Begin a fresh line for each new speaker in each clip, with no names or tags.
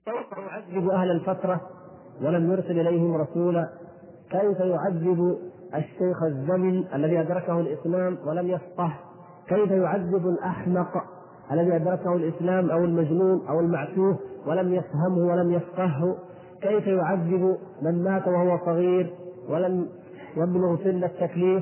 كيف يعذب أهل الفترة ولم يرسل إليهم رسولا؟ كيف يعذب الشيخ الزمن الذي أدركه الإسلام ولم يفقه؟ كيف يعذب الأحمق الذي أدركه الإسلام أو المجنون أو المعتوه ولم يفهمه ولم يفقهه؟ كيف يعذب من مات وهو صغير ولم يبلغ سن التكليف؟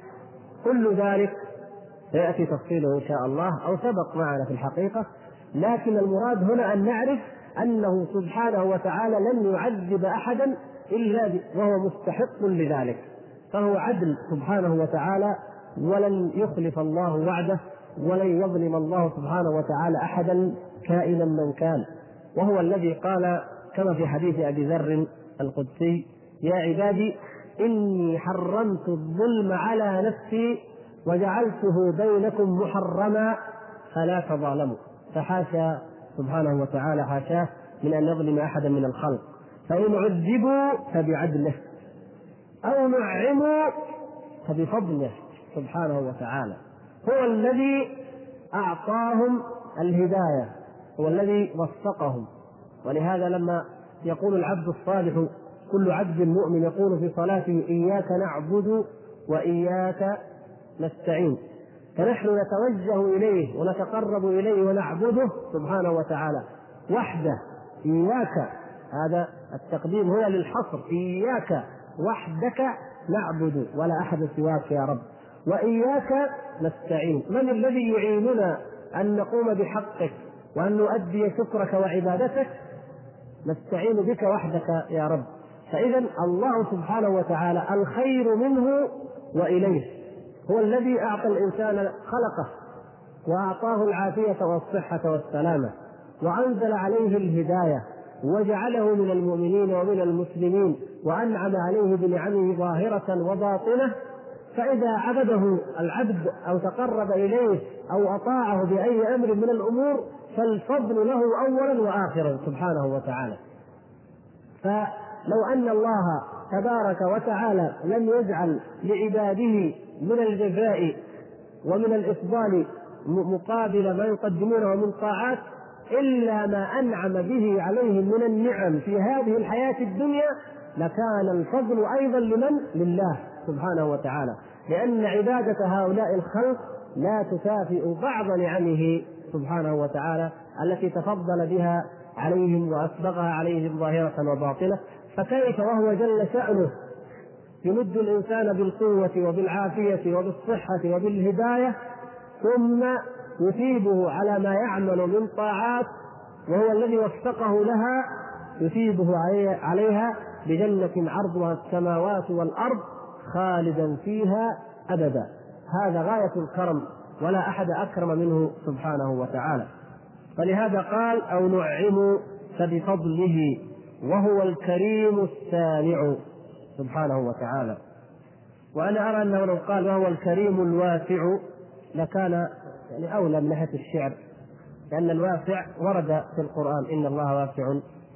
كل ذلك سيأتي تفصيله إن شاء الله أو سبق معنا في الحقيقة، لكن المراد هنا أن نعرف أنه سبحانه وتعالى لن يعذب أحدا إلا وهو مستحق لذلك، فهو عدل سبحانه وتعالى، ولن يخلف الله وعده، ولن يظلم الله سبحانه وتعالى أحدا كائنا من كان. وهو الذي قال كما في حديث أبي ذر القدسي: يا عبادي إني حرمت الظلم على نفسي وجعلته بينكم محرما فلا تظالموا. فحاشا سبحانه وتعالى، حاشاه من أن يظلم أحدا من الخلق. فإن عذبوا فبعدله أو نعموا فبفضله سبحانه وتعالى. هو الذي أعطاهم الهداية، هو الذي وفقهم. ولهذا لما يقول العبد الصالح، كل عبد مؤمن يقول في صلاته: إياك نعبد وإياك نستعين، فنحن نتوجه إليه ونتقرب إليه ونعبده سبحانه وتعالى وحده. إياك، هذا التقديم هنا للحصر، إياك وحدك نعبد ولا أحد سواك يا رب، وإياك نستعين. من الذي يعيننا أن نقوم بحقك وأن نؤدي شكرك وعبادتك؟ نستعين بك وحدك يا رب. فإذا الله سبحانه وتعالى الخير منه وإليه، هو الذي أعطى الإنسان خلقه وأعطاه العافية والصحة والسلامة، وأنزل عليه الهداية وجعله من المؤمنين ومن المسلمين، وأنعم عليه بنعمه ظاهرة وباطنة. فإذا عبده العبد أو تقرب إليه أو أطاعه بأي أمر من الأمور فالفضل له أولا وآخرا سبحانه وتعالى. فلو أن الله تبارك وتعالى لم يجعل لعباده من الجزاء ومن الإفضال مقابل ما يقدمونه من طاعات إلا ما أنعم به عليهم من النعم في هذه الحياة الدنيا، لكان الفضل أيضا لمن؟ لله سبحانه وتعالى، لأن عبادة هؤلاء الخلق لا تكافئ بعض نعمه سبحانه وتعالى التي تفضل بها عليهم وأسبغها عليهم ظاهرة وباطنة. فكيف وهو جل شأنه يمد الإنسان بالقوة وبالعافية وبالصحة وبالهداية ثم يثيبه على ما يعمل من طاعات، وهو الذي وفقه لها، يثيبه عليها بجنة عرضها السماوات والأرض خالدا فيها أبدا. هذا غاية الكرم، ولا أحد أكرم منه سبحانه وتعالى. فلهذا قال: أو نعم فبفضله وهو الكريم السامع سبحانه وتعالى. وأنا أرى أنه لو قال وهو الكريم الواسع لكان يعني أولى من ناحية الشعر، لأن الواسع ورد في القرآن: إن الله واسع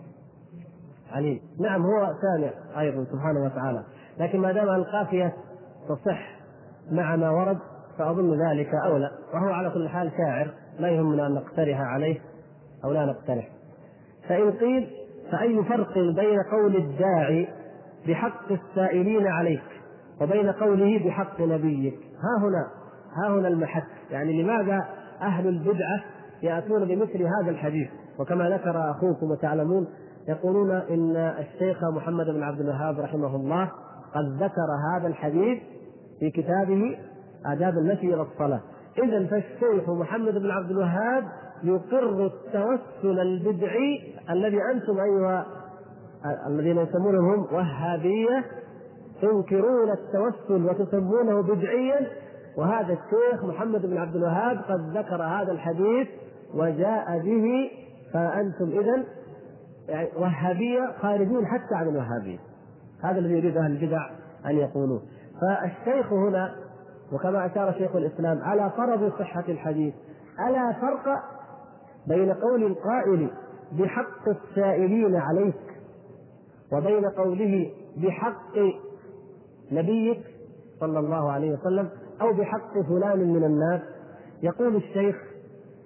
عليم. نعم هو سامع أيضا سبحانه وتعالى، لكن ما دام القافية تصح مع ما ورد فأظن ذلك أولى. وهو على كل حال شاعر، لا يهمنا أن نقترح عليه أو لا نقترح. فإن قيل: فأي فرق بين قول الداعي بحق السائلين عليك وبين قوله بحق نبيك؟ ها هنا المحك. يعني لماذا أهل البدعة يأتون بمثل هذا الحديث؟ وكما ذكر أخوكم وتعلمون يقولون إن الشيخ محمد بن عبد الوهاب رحمه الله قد ذكر هذا الحديث في كتابه آداب المشي إلى الصلاة. إذن فالشيخ محمد بن عبد الوهاب يقر التوسل البدعي الذي أنتم أيها الذين يسمونهم وهابية تنكرون التوسل وتسمونه بدعيا، وهذا الشيخ محمد بن عبد الوهاب قد ذكر هذا الحديث وجاء به. فأنتم إذن يعني وهابية خارجين حتى عن الوهابية. هذا الذي يريد أهل البدع أن يقولوه. فالشيخ هنا، وكما أشار شيخ الإسلام على فرض صحة الحديث، ألا فرق بين قول القائل بحق السائلين عليك وبين قوله بحق نبيك صلى الله عليه وسلم أو بحق فلان من الناس؟ يقول الشيخ: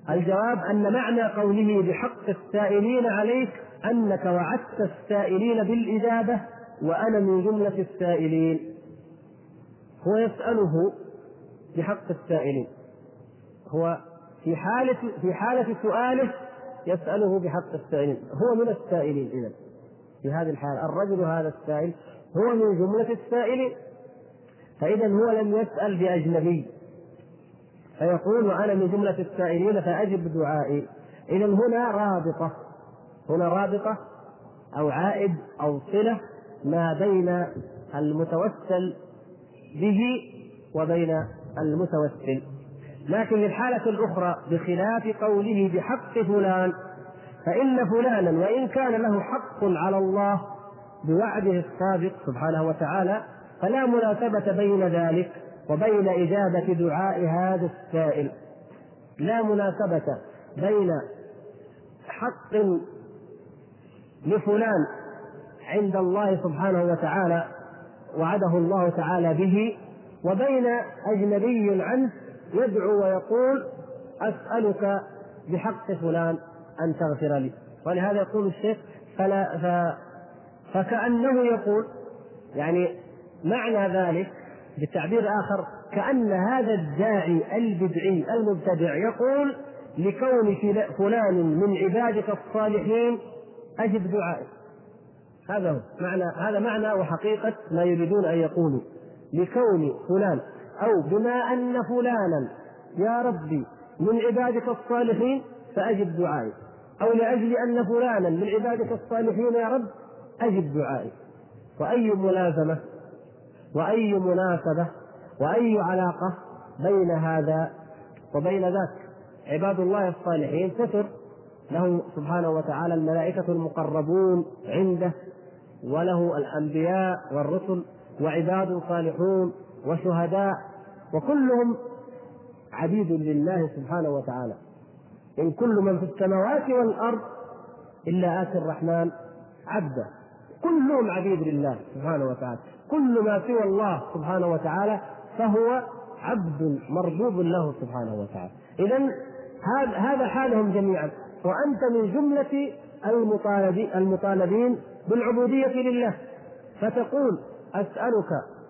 الجواب أن معنى قوله بحق السائلين عليك أنك وعدت السائلين بالإجابة وأنا من جملة السائلين. هو يسأله بحق السائلين، هو في حالة سؤاله يسأله بحق السائلين، هو من السائلين. إذن في هذه الحالة الرجل هذا السائل هو من جملة السائلين، فإذا هو لم يسأل بأجنبي فيقول وأنا من جملة السائلين فأجب دعائي. إذن هنا رابطة أو عائد أو صلة ما بين المتوسل به وبين المتوسل. لكن للحالة الأخرى بخلاف قوله بحق فلان، فإن فلانا وإن كان له حق على الله بوعده الصادق سبحانه وتعالى فلا مناسبة بين ذلك وبين إجابة دعاء هذا السائل، لا مناسبة بين حق لفلان عند الله سبحانه وتعالى وعده الله تعالى به وبين أجنبي عنه يدعو ويقول أسألك بحق فلان أن تغفر لي. ولهذا يقول الشيخ فكأنه يقول، يعني معنى ذلك بالتعبير آخر كأن هذا الداعي البدعي المبتدع يقول لكون فلان من عبادك الصالحين أجب دعائي. هذا معنى وحقيقة ما يريدون أن يقولوا، لكون فلان أو بما أن فلانا يا ربي من عبادك الصالحين فأجب دعائي، أو لأجل أن فلانا من عبادك الصالحين يا رب أجب دعائي. وأي ملازمة وأي مناسبة وأي علاقة بين هذا وبين ذاك؟ عباد الله الصالحين ستر له سبحانه وتعالى الملائكة المقربون عنده، وله الأنبياء والرسل وعباد صالحون وشهداء، وكلهم عبيد لله سبحانه وتعالى. إن كل من في السماوات والأرض إلا آتي الرحمن عبدا، كلهم عبيد لله سبحانه وتعالى. كل ما سوى الله سبحانه وتعالى فهو عبد مربوب له سبحانه وتعالى. إذن هذا حالهم جميعا، وأنت من جملة المطالبين بالعبودية لله، فتقول أسألك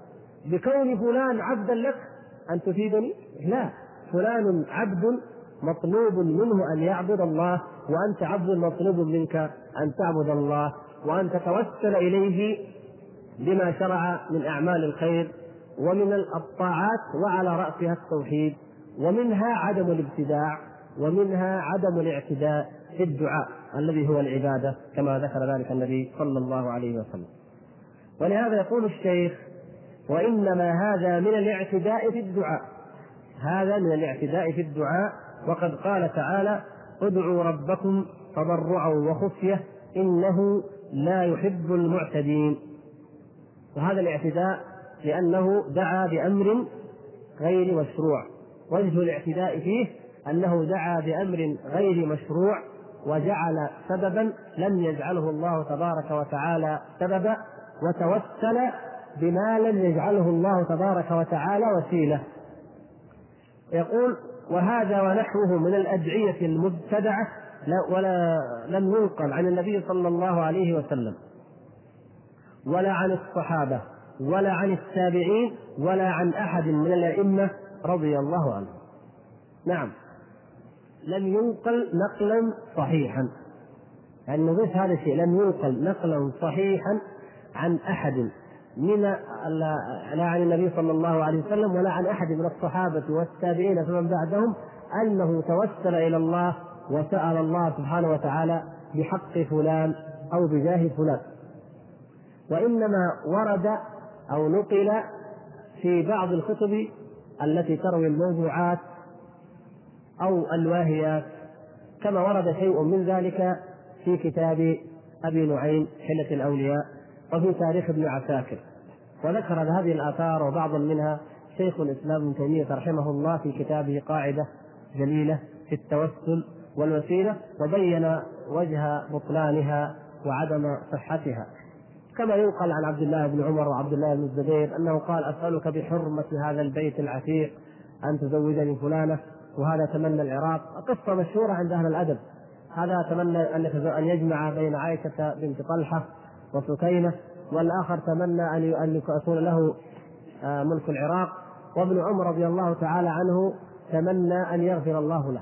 بكون فلان عبدا لك أن تفيدني؟ لا، فلان عبد مطلوب منه أن يعبد الله، وأنت عبد مطلوب منك أن تعبد الله وأن تتوسل إليه بما شرع من أعمال الخير ومن الطاعات، وعلى رأسها التوحيد، ومنها عدم الابتداع، ومنها عدم الاعتداء في الدعاء الذي هو العبادة كما ذكر ذلك النبي صلى الله عليه وسلم. ولهذا يقول الشيخ وإنما هذا من الاعتداء في الدعاء، هذا من الاعتداء في الدعاء. وقد قال تعالى ادعوا ربكم تضرعا وخفية إنه لا يحب المعتدين. وهذا الاعتداء لأنه دعا بأمر غير مشروع، وجه الاعتداء فيه أنه دعا بأمر غير مشروع وجعل سببا لم يجعله الله تبارك وتعالى سببا، وتوسل بما لم يجعله الله تبارك وتعالى وسيلة. يقول وهذا ونحوه من الأدعية المبتدعة ولا لم ينقل عن النبي صلى الله عليه وسلم ولا عن الصحابة ولا عن التابعين ولا عن أحد من الأئمة رضي الله عنهم. نعم، لم ينقل نقلا صحيحا، يعني نضيف هذا الشيء، لم ينقل نقلا صحيحا عن أحد لا عن النبي صلى الله عليه وسلم ولا عن أحد من الصحابة والتابعين فمن بعدهم أنه توسل إلى الله وسأل الله سبحانه وتعالى بحق فلان أو بجاه فلان. وإنما ورد أو نقل في بعض الكتب التي تروي الموضوعات أو الواهيات، كما ورد شيء من ذلك في كتاب أبي نعيم حلة الأولياء وفي تاريخ ابن عساكر. وذكر هذه الآثار وبعضا منها شيخ الإسلام ابن تيمية رحمه الله في كتابه قاعدة جليلة في التوسل والوسيلة، وبين وجه بطلانها وعدم صحتها. كما ينقل عن عبد الله بن عمر وعبد الله بن الزبير أنه قال أسألك بحرمة هذا البيت العتيق أن تزوجني فلانة، وهذا تمنى العراق. قصة مشهورة عند أهل الأدب، هذا تمنى أن يجمع بين عائشة بنت طلحة وسكينة، والآخر تمنى أن يكون له ملك العراق، وابن عمر رضي الله تعالى عنه تمنى أن يغفر الله له.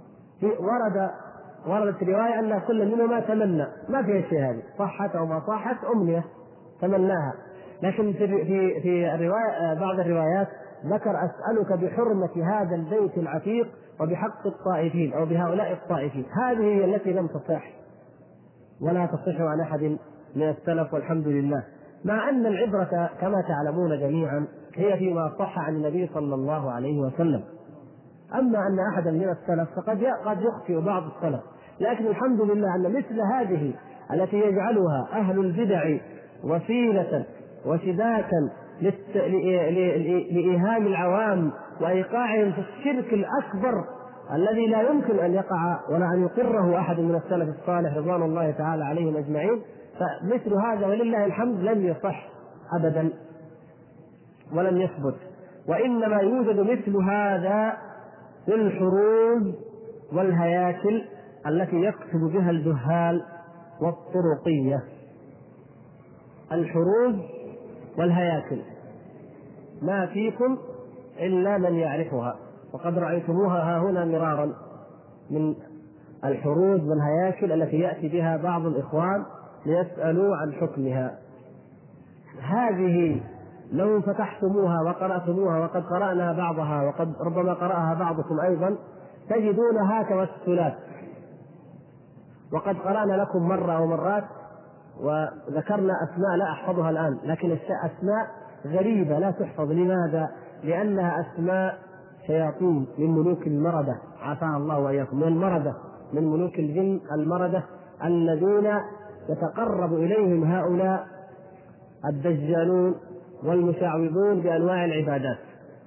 وردت رواية أن كل منهما تمنى، ما فيها شيء، هذه صحت أو ما صحت أمنية تمناها. لكن في الرواية بعض الروايات ذكر أسألك بحرمة هذا البيت العتيق وبحق الطائفين أو بهؤلاء الطائفين. هذه هي التي لم تصح ولا تصح عن أحد من السلف والحمد لله، مع أن العبرة كما تعلمون جميعا هي فيما صح عن النبي صلى الله عليه وسلم. أما أن أحدا من السلف فقد يخطئ بعض السلف، لكن الحمد لله أن مثل هذه التي يجعلها أهل البدع وسيلة وشباكا لإيهام العوام وإيقاعهم في الشرك الأكبر الذي لا يمكن أن يقع ولا أن يقره أحد من السلف الصالح رضوان الله تعالى عليهم أجمعين، فمثل هذا ولله الحمد لم يصح أبدا ولم يثبت. وإنما يوجد مثل هذا في الحروب والهياكل التي يكتب بها الجهال والطرقية. الحروب والهياكل ما فيكم إلا من يعرفها، وقد رأيتموها ها هنا مرارا من الحروب والهياكل التي يأتي بها بعض الإخوان ليسألوا عن حكمها. هذه لو فتحتموها وقرأتموها، وقد قرأنا بعضها وقد ربما قرأها بعضكم أيضا، تجدونها توسلات. وقد قرأنا لكم مرة أو مرات وذكرنا أسماء لا أحفظها الآن، لكن أسماء غريبة لا تحفظ. لماذا؟ لأنها أسماء شياطين من ملوك المردة، عافانا الله وإياكم، من المردة، من ملوك الجن المردة الذين يتقرب إليهم هؤلاء الدجالون والمشعوذون بأنواع العبادات.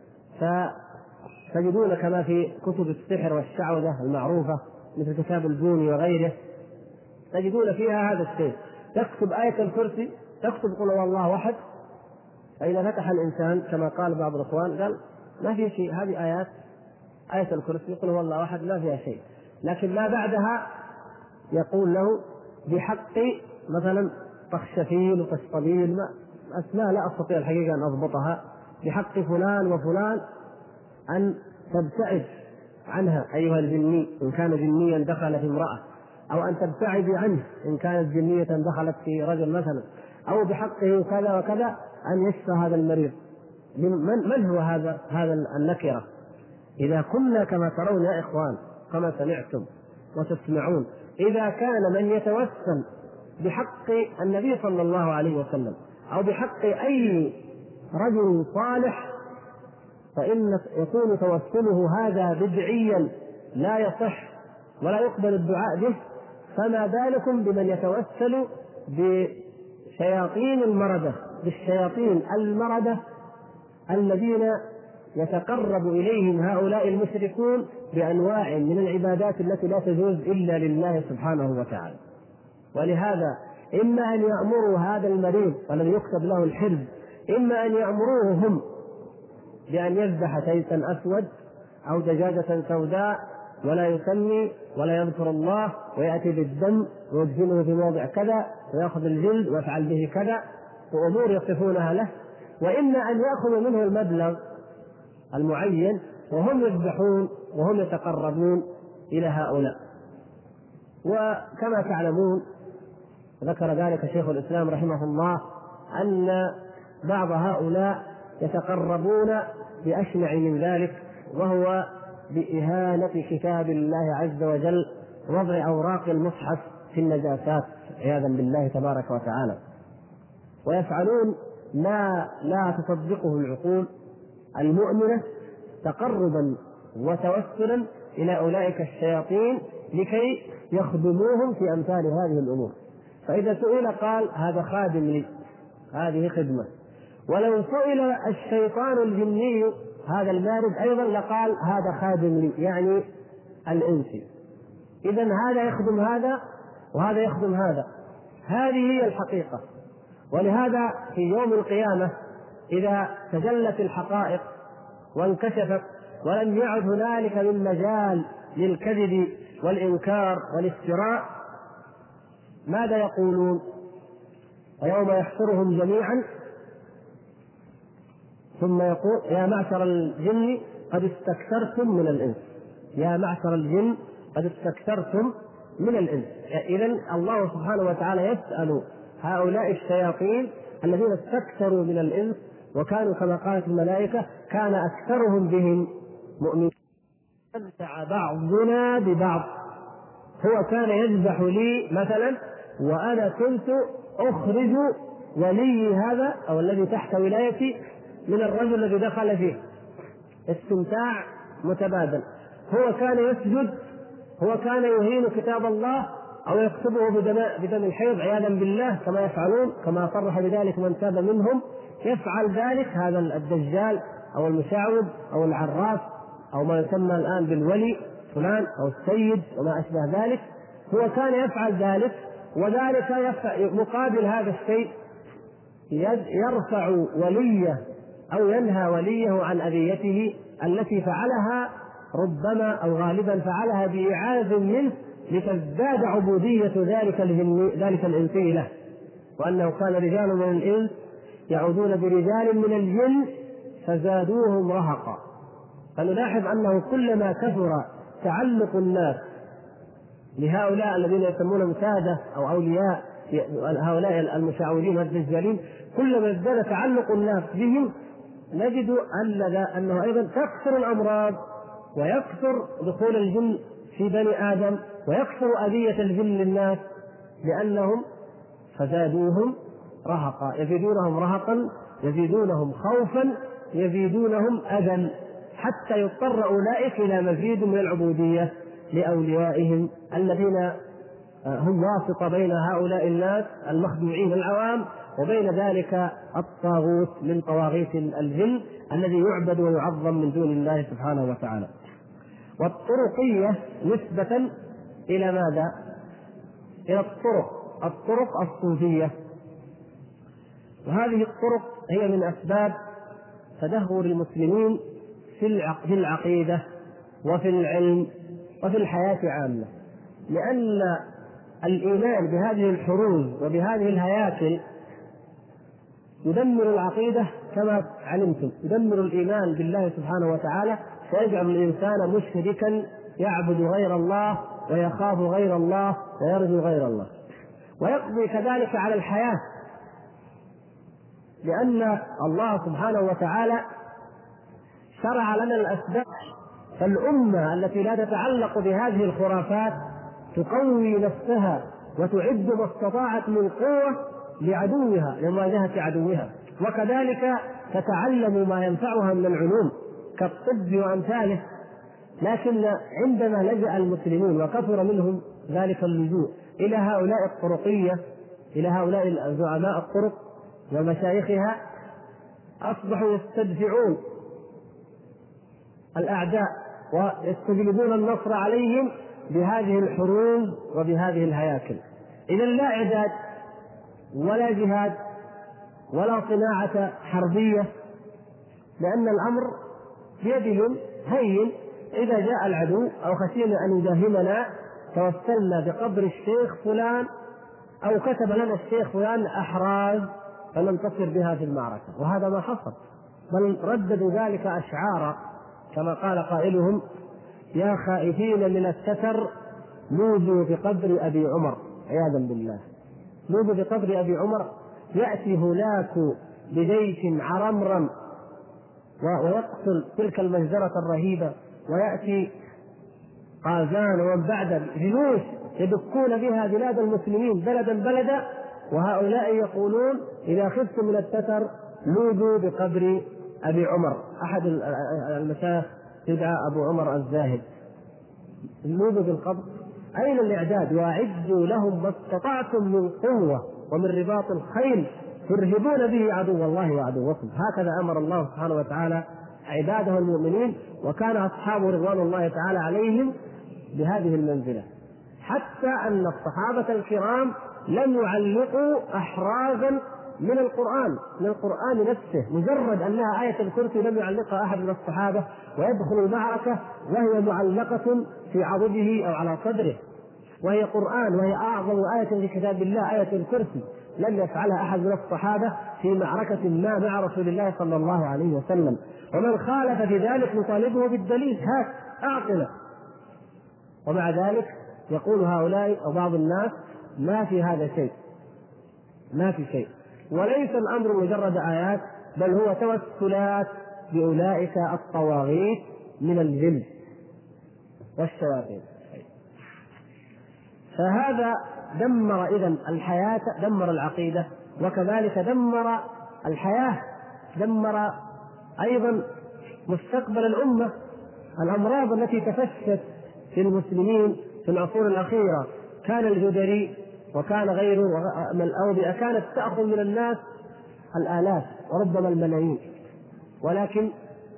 فتجدون كما في كتب السحر والشعوذة المعروفة مثل كتاب الجوني وغيره، تجدون فيها هذا الشيء. تكتب آية الكرسي، تكتب قل هو الله أحد، فإذا فتح الإنسان كما قال بعض الإخوان قال ما في شيء، هذه آيات، آية الكرسي قل هو الله أحد ما فيها شيء، لكن ما بعدها يقول له بحق مثلا طخشفيل وقشطبيل، أسماء لا أستطيع الحقيقة أن أضبطها، بحق فلان وفلان أن تبتعد عنها أيها الجني إن كان جنيا دخل في امرأة، أو أن تبتعد عنه إن كانت جنية دخلت في رجل مثلا، أو بحقه كذا وكذا أن يشفى هذا المريض. من هو هذا النكرة؟ إذا كنا كما ترون يا إخوان كما سمعتم وتسمعون، إذا كان من يتوسل بحق النبي صلى الله عليه وسلم أو بحق أي رجل صالح فإن يكون توسله هذا بدعيا لا يصح ولا يقبل الدعاء به، فما بالكم بمن يتوسل بشياطين المردة، بالشياطين المردة الذين يتقرب إليهم هؤلاء المشركون بأنواع من العبادات التي لا تجوز إلا لله سبحانه وتعالى. ولهذا إما أن يأمروا هذا المريض والذي يكتب له الحرز، إما أن يأمروه هم بأن يذبح شيئا أسود أو دجاجة سوداء ولا يسمي ولا يذكر الله، ويأتي بالدم ويدفنه في موضع كذا ويأخذ الجلد ويفعل به كذا، وأمور يصفونها له، وإما أن يأخذوا منه المبلغ المعين وهم يذبحون وهم يتقربون إلى هؤلاء. وكما تعلمون ذكر ذلك شيخ الإسلام رحمه الله أن بعض هؤلاء يتقربون بأشنع من ذلك، وهو بإهانة كتاب الله عز وجل، وضع أوراق المصحف في النجاسات عياذا بالله تبارك وتعالى، ويفعلون ما لا تصدقه العقول المؤمنة تقربا وتوسلا إلى أولئك الشياطين لكي يخدموهم في أمثال هذه الأمور. فإذا سئل قال هذا خادم لي، هذه خدمة. ولو سئل الشيطان الجني هذا المارد أيضا لقال هذا خادم لي، يعني الإنسي. إذن هذا يخدم هذا وهذا يخدم هذا، هذه هي الحقيقة. ولهذا في يوم القيامة إذا تجلت الحقائق وانكشفت ولم يعد هنالك من مجال للكذب والإنكار والافتراء، ماذا يقولون؟ ويوم يحشرهم جميعا ثم يقول يا معشر الجن قد استكثرتم من الإنس، يا معشر الجن قد استكثرتم من الإنس. إذن الله سبحانه وتعالى يسأل هؤلاء الشياطين الذين استكثروا من الإنس وكانوا كما قالت الملائكة كان أكثرهم بهم مؤمنين، استمتع بعضنا ببعض. هو كان يذبح لي مثلا وأنا كنت أخرج ولي هذا أو الذي تحت ولايتي من الرجل الذي دخل فيه، استمتاع متبادل. هو كان يسجد، هو كان يهين كتاب الله أو يكتبه بدم الحيض عياذا بالله كما يفعلون، كما صرح بذلك من تاب منهم، يفعل ذلك هذا الدجال أو المشعوذ أو العراف أو ما يسمى الآن بالولي فلان أو السيد وما أشبه ذلك. هو كان يفعل ذلك، وذلك مقابل هذا الشيء يرفع وليه أو ينهى وليه عن أذيته التي فعلها، ربما أو غالبا فعلها بإعاز منه لتزداد عبودية ذلك الإنسي له، وأنه كان رجال من الإنس يعودون برجال من الجن فزادوهم رهقا. فنلاحظ أنه كلما كثر تعلق الناس لهؤلاء الذين يسمونهم سادة أو أولياء هؤلاء المشعوذين والدجالين، كلما ازداد تعلق الناس بهم نجد أنه أيضا تكثر الأمراض ويكثر دخول الجن في بني آدم ويكثر أذية الجن للناس، لأنهم فزادوهم رهقا، يزيدونهم رهقا، يزيدونهم خوفا، يزيدونهم أذى، حتى يضطر أولئك إلى مزيد من العبودية لأوليائهم الذين هم واسطة بين هؤلاء الناس المخدوعين العوام وبين ذلك الطاغوت من طواغيت الجن الذي يعبد ويعظم من دون الله سبحانه وتعالى. والطرقية نسبة إلى ماذا؟ إلى الطرق الصوفية، وهذه الطرق هي من أسباب تدهور المسلمين في العقيدة وفي العلم وفي الحياة عامة، لأن الإيمان بهذه الحروز وبهذه الهياكل يدمر العقيدة كما علمتم، يدمر الإيمان بالله سبحانه وتعالى، ويجعل الإنسان مشركا يعبد غير الله ويخاف غير الله ويرجو غير الله، ويقضي كذلك على الحياة، لأن الله سبحانه وتعالى شرع لنا الأسباب. فالأمة التي لا تتعلق بهذه الخرافات تقوي نفسها وتعد ما استطاعت من قوة لعدوها لمواجهة عدوها، وكذلك تتعلم ما ينفعها من العلوم كالطب وأمثاله. لكن عندما لجأ المسلمون وكثر منهم ذلك اللجوء إلى هؤلاء الطرقية، إلى هؤلاء زعماء الطرق ومشايخها، أصبحوا يستدفعون الأعداء ويستجلبون النصر عليهم بهذه الحروب وبهذه الهياكل. إذا لا عداد ولا جهاد ولا صناعة حربية، لأن الأمر بيدهم هين. إذا جاء العدو أو خشينا أن يداهمنا توسلنا بقبر الشيخ فلان أو كتب لنا الشيخ فلان أحراز فننتصر بها في المعركة، وهذا ما حصل، بل رددوا ذلك أشعارا كما قال قائلهم: يا خائفين من الستر لوذوا بقبر أبي عمر، عياذا بالله. لوذوا بقبر أبي عمر، يأتي هناك بجيش عرمرم ويقتل تلك المجزرة الرهيبة، ويأتي قازان ومن بعد جيوش يدكون بها بلاد المسلمين بلدا بلدا، وهؤلاء يقولون: إذا خفتم من الستر لوذوا بقبر أبي عمر. أحد المشايخ يدعى أبو عمر الزاهد. لوذوا بالقبر. أين الإعداد؟ وأعدوا لهم ما استطعتم من قوة ومن رباط الخيل ترهبون به عدو الله وعدوكم. هكذا أمر الله سبحانه وتعالى عباده المؤمنين، وكان أصحابه رضوان الله تعالى عليهم بهذه المنزلة، حتى أن الصحابة الكرام لم يعلقوا أحرازا من القرآن نفسه، مجرد أنها آية الكرسي لم يعلقها أحد من الصحابة ويدخل المعركة وهي معلقة في عضده أو على صدره، وهي قرآن، وهي أعظم آية في كتاب الله، آية الكرسي لم يفعلها أحد من الصحابة في معركة ما مع رسول الله صلى الله عليه وسلم. ومن خالف في ذلك نطالبه بالدليل، هات أعطنا. ومع ذلك يقول هؤلاء أو بعض الناس ما في هذا شيء، ما في شيء، وليس الأمر مجرد آيات، بل هو توسلات بأولئك الطواغيت من الجن والشياطين. فهذا دمر إذن الحياة، دمر العقيدة، وكذلك دمر الحياة، دمر أيضا مستقبل الأمة. الأمراض التي تفشت في المسلمين في العصور الأخيرة، كان الجدري وكان غيره من الأوبئة كانت تأخذ من الناس الآلاف وربما الملايين، ولكن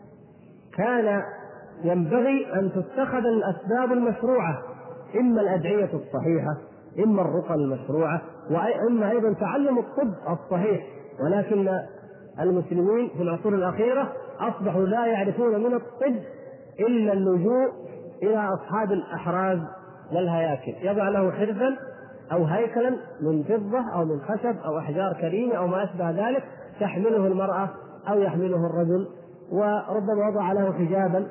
كان ينبغي أن تتخذ الأسباب المشروعة، إما الأدعية الصحيحة، إما الرقى المشروعة، وإما أيضا تعلم الطب الصحيح. ولكن المسلمين في العصور الأخيرة أصبحوا لا يعرفون من الطب إلا اللجوء إلى أصحاب الأحراز والهياكل، يضع له حرفا أو هيكلا من فضة أو من خشب أو أحجار كريمة أو ما أشبه ذلك، تحمله المرأة أو يحمله الرجل، وربما وضع له حجابا.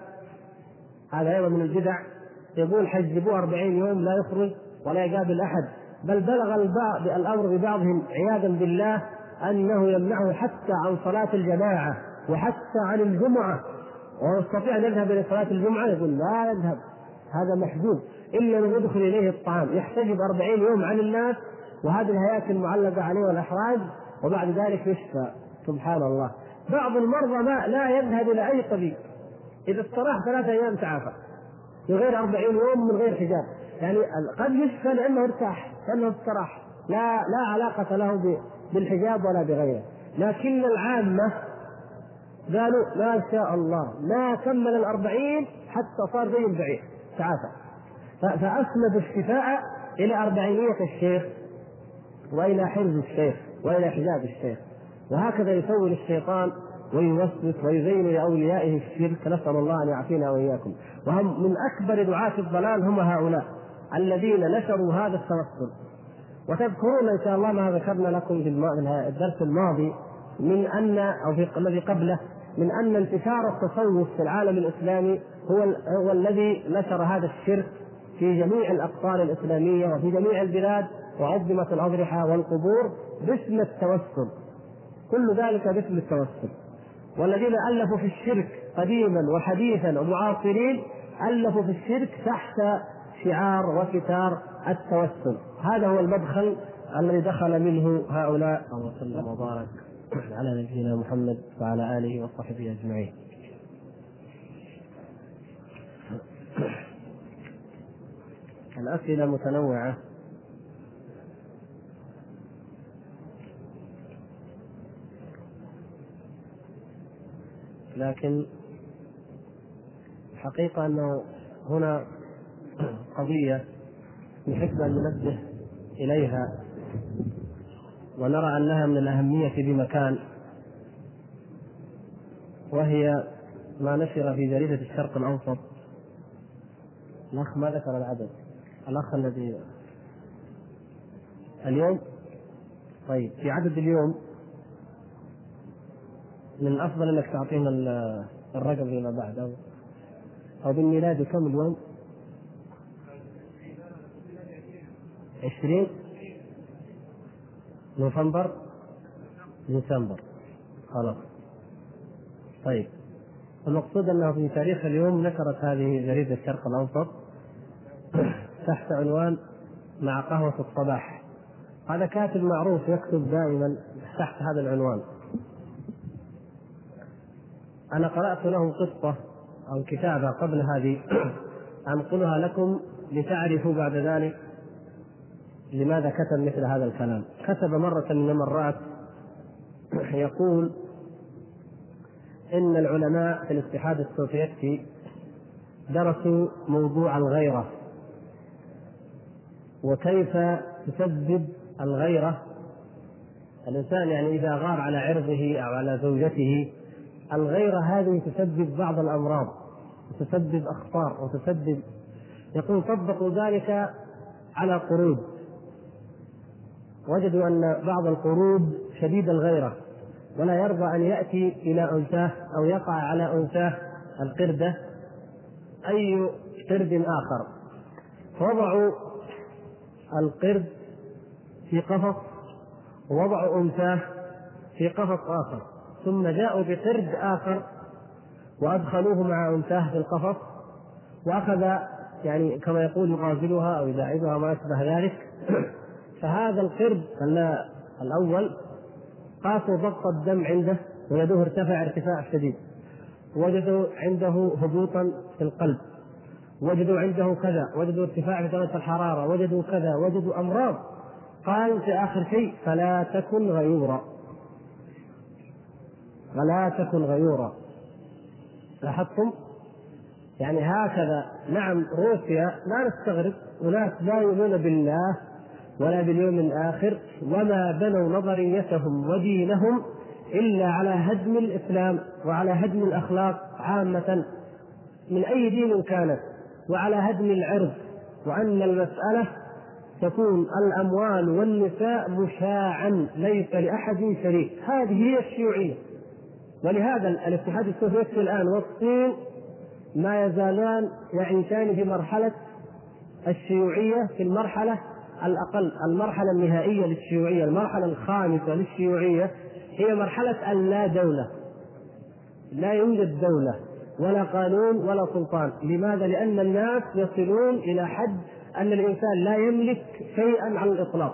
هذا أيضا من البدع، يقول حجبوه 40 يوم لا يخرج ولا يقابل أحد، بل بلغ الأمر ببعضهم عياذا بالله أنه يمنعه حتى عن صلاة الجماعة وحتى عن الجمعة، ويستطيع أن يذهب إلى صلاة الجمعة يقول لا يذهب، هذا محجوب إلا أن يدخل إليه الطعام، يحتجب 40 يوم عن الناس وهذه الهياكل معلقة عليه والأحراج، وبعد ذلك يشفى. سبحان الله. بعض المرضى لا يذهب إلى أي طبيب، إذا استراح 3 أيام تعافى من غير 40 يوم من غير حجاب، يعني قد يشفى لأنه ارتاح، لأنه استراح، لا علاقة له بالحجاب ولا بغيره. لكن العامة قالوا ما شاء الله ما كمل 40 حتى صار زي البعير تعافى، فأسند الشفاء إلى 40 الشيخ وإلى حرز الشيخ وإلى حجاب الشيخ. وهكذا يسوي الشيطان ويوسوس ويزين لأوليائه الشرك، نسأل الله أن يعافينا وإياكم. وهم من أكبر دعاة الضلال هم هؤلاء الذين نشروا هذا التوسل. وتذكرون إن شاء الله ما ذكرنا لكم في الدرس الماضي من أن أو في الذي قبله من أن انتشار التصوف في العالم الإسلامي هو الذي نشر هذا الشرك في جميع الأقطار الإسلامية وفي جميع البلاد، وعظمت الأضرحة والقبور باسم التوسل، كل ذلك باسم التوسل. والذين ألفوا في الشرك قديما وحديثا ومعاصرين ألفوا في الشرك تحت شعار وستار التوسل. هذا هو المدخل الذي دخل منه هؤلاء. اللهم صل وبارك على نبينا محمد وعلى آله وصحبه أجمعين. الأسئلة متنوعة، لكن الحقيقة أنه هنا قضية نحب أن ننبه إليها ونرى أنها من الأهمية بمكان، وهي ما نشر في جريدة الشرق الأوسط. الأخ ما ذكر العدد، الأخ الذي اليوم، طيب في عدد اليوم من الأفضل أنك تعطينا الرقم فيما بعد أو بالميلاد كم اليوم؟ 20 نوفمبر ديسمبر. خلاص طيب. المقصود أنه في تاريخ اليوم نشرت هذه جريدة الشرق الأوسط تحت عنوان مع قهوة الصباح. هذا كاتب معروف يكتب دائما تحت هذا العنوان. أنا قرأت له قصة أو كتابة قبل هذه أنقلها لكم لتعرفوا بعد ذلك لماذا كتب مثل هذا الكلام. كتب مرة من المرات يقول إن العلماء في الاتحاد السوفيتي درسوا موضوع الغيرة وكيف تسبب الغيرة الإنسان يعني إذا غار على عرضه أو على زوجته، الغيرة هذه تسبب بعض الأمراض، وتسبب أخطار، وتسبب، يقول طبقوا ذلك على قرود، وجدوا أن بعض القرود شديد الغيرة ولا يرضى أن يأتي إلى أنثاه أو يقع على أنثاه القردة أي قرد آخر، فوضعوا القرد في قفص ووضعوا أنثاه في قفص آخر، ثم جاءوا بقرد آخر وأدخلوه مع أنثاه في القفص، وأخذ يعني كما يقول يغازلها أو يداعبها ما أشبه ذلك. فهذا القرد الأول قاسوا ضغط الدم عنده ويده ارتفع ارتفاع شديد، وجدوا عنده هبوطا في القلب، وجدوا عنده كذا، وجدوا ارتفاع في درجة الحرارة، وجدوا كذا، وجدوا أمراض. قال في آخر شيء فلا تكن غيورا، ولا تكن غيورا. لاحظتم؟ يعني هكذا. نعم روسيا لا نستغرب، وناس لا يؤمنون بالله ولا باليوم الآخر، وما بنوا نظريتهم ودينهم إلا على هدم الإسلام وعلى هدم الأخلاق عامة من أي دين كانت، وعلى هدم العرض، وأن المسألة تكون الأموال والنساء مشاعا ليس لأحد شريك. هذه هي الشيوعية. ولهذا الاتحاد السوفيتي الآن والصين ما يزالان يعيشان في مرحلة الشيوعية، في المرحلة الأقل، المرحلة النهائية للشيوعية، المرحلة الخامسة للشيوعية هي مرحلة اللا دولة. لا يوجد دولة ولا قانون ولا سلطان. لماذا؟ لأن الناس يصلون إلى حد أن الإنسان لا يملك شيئا على الإطلاق،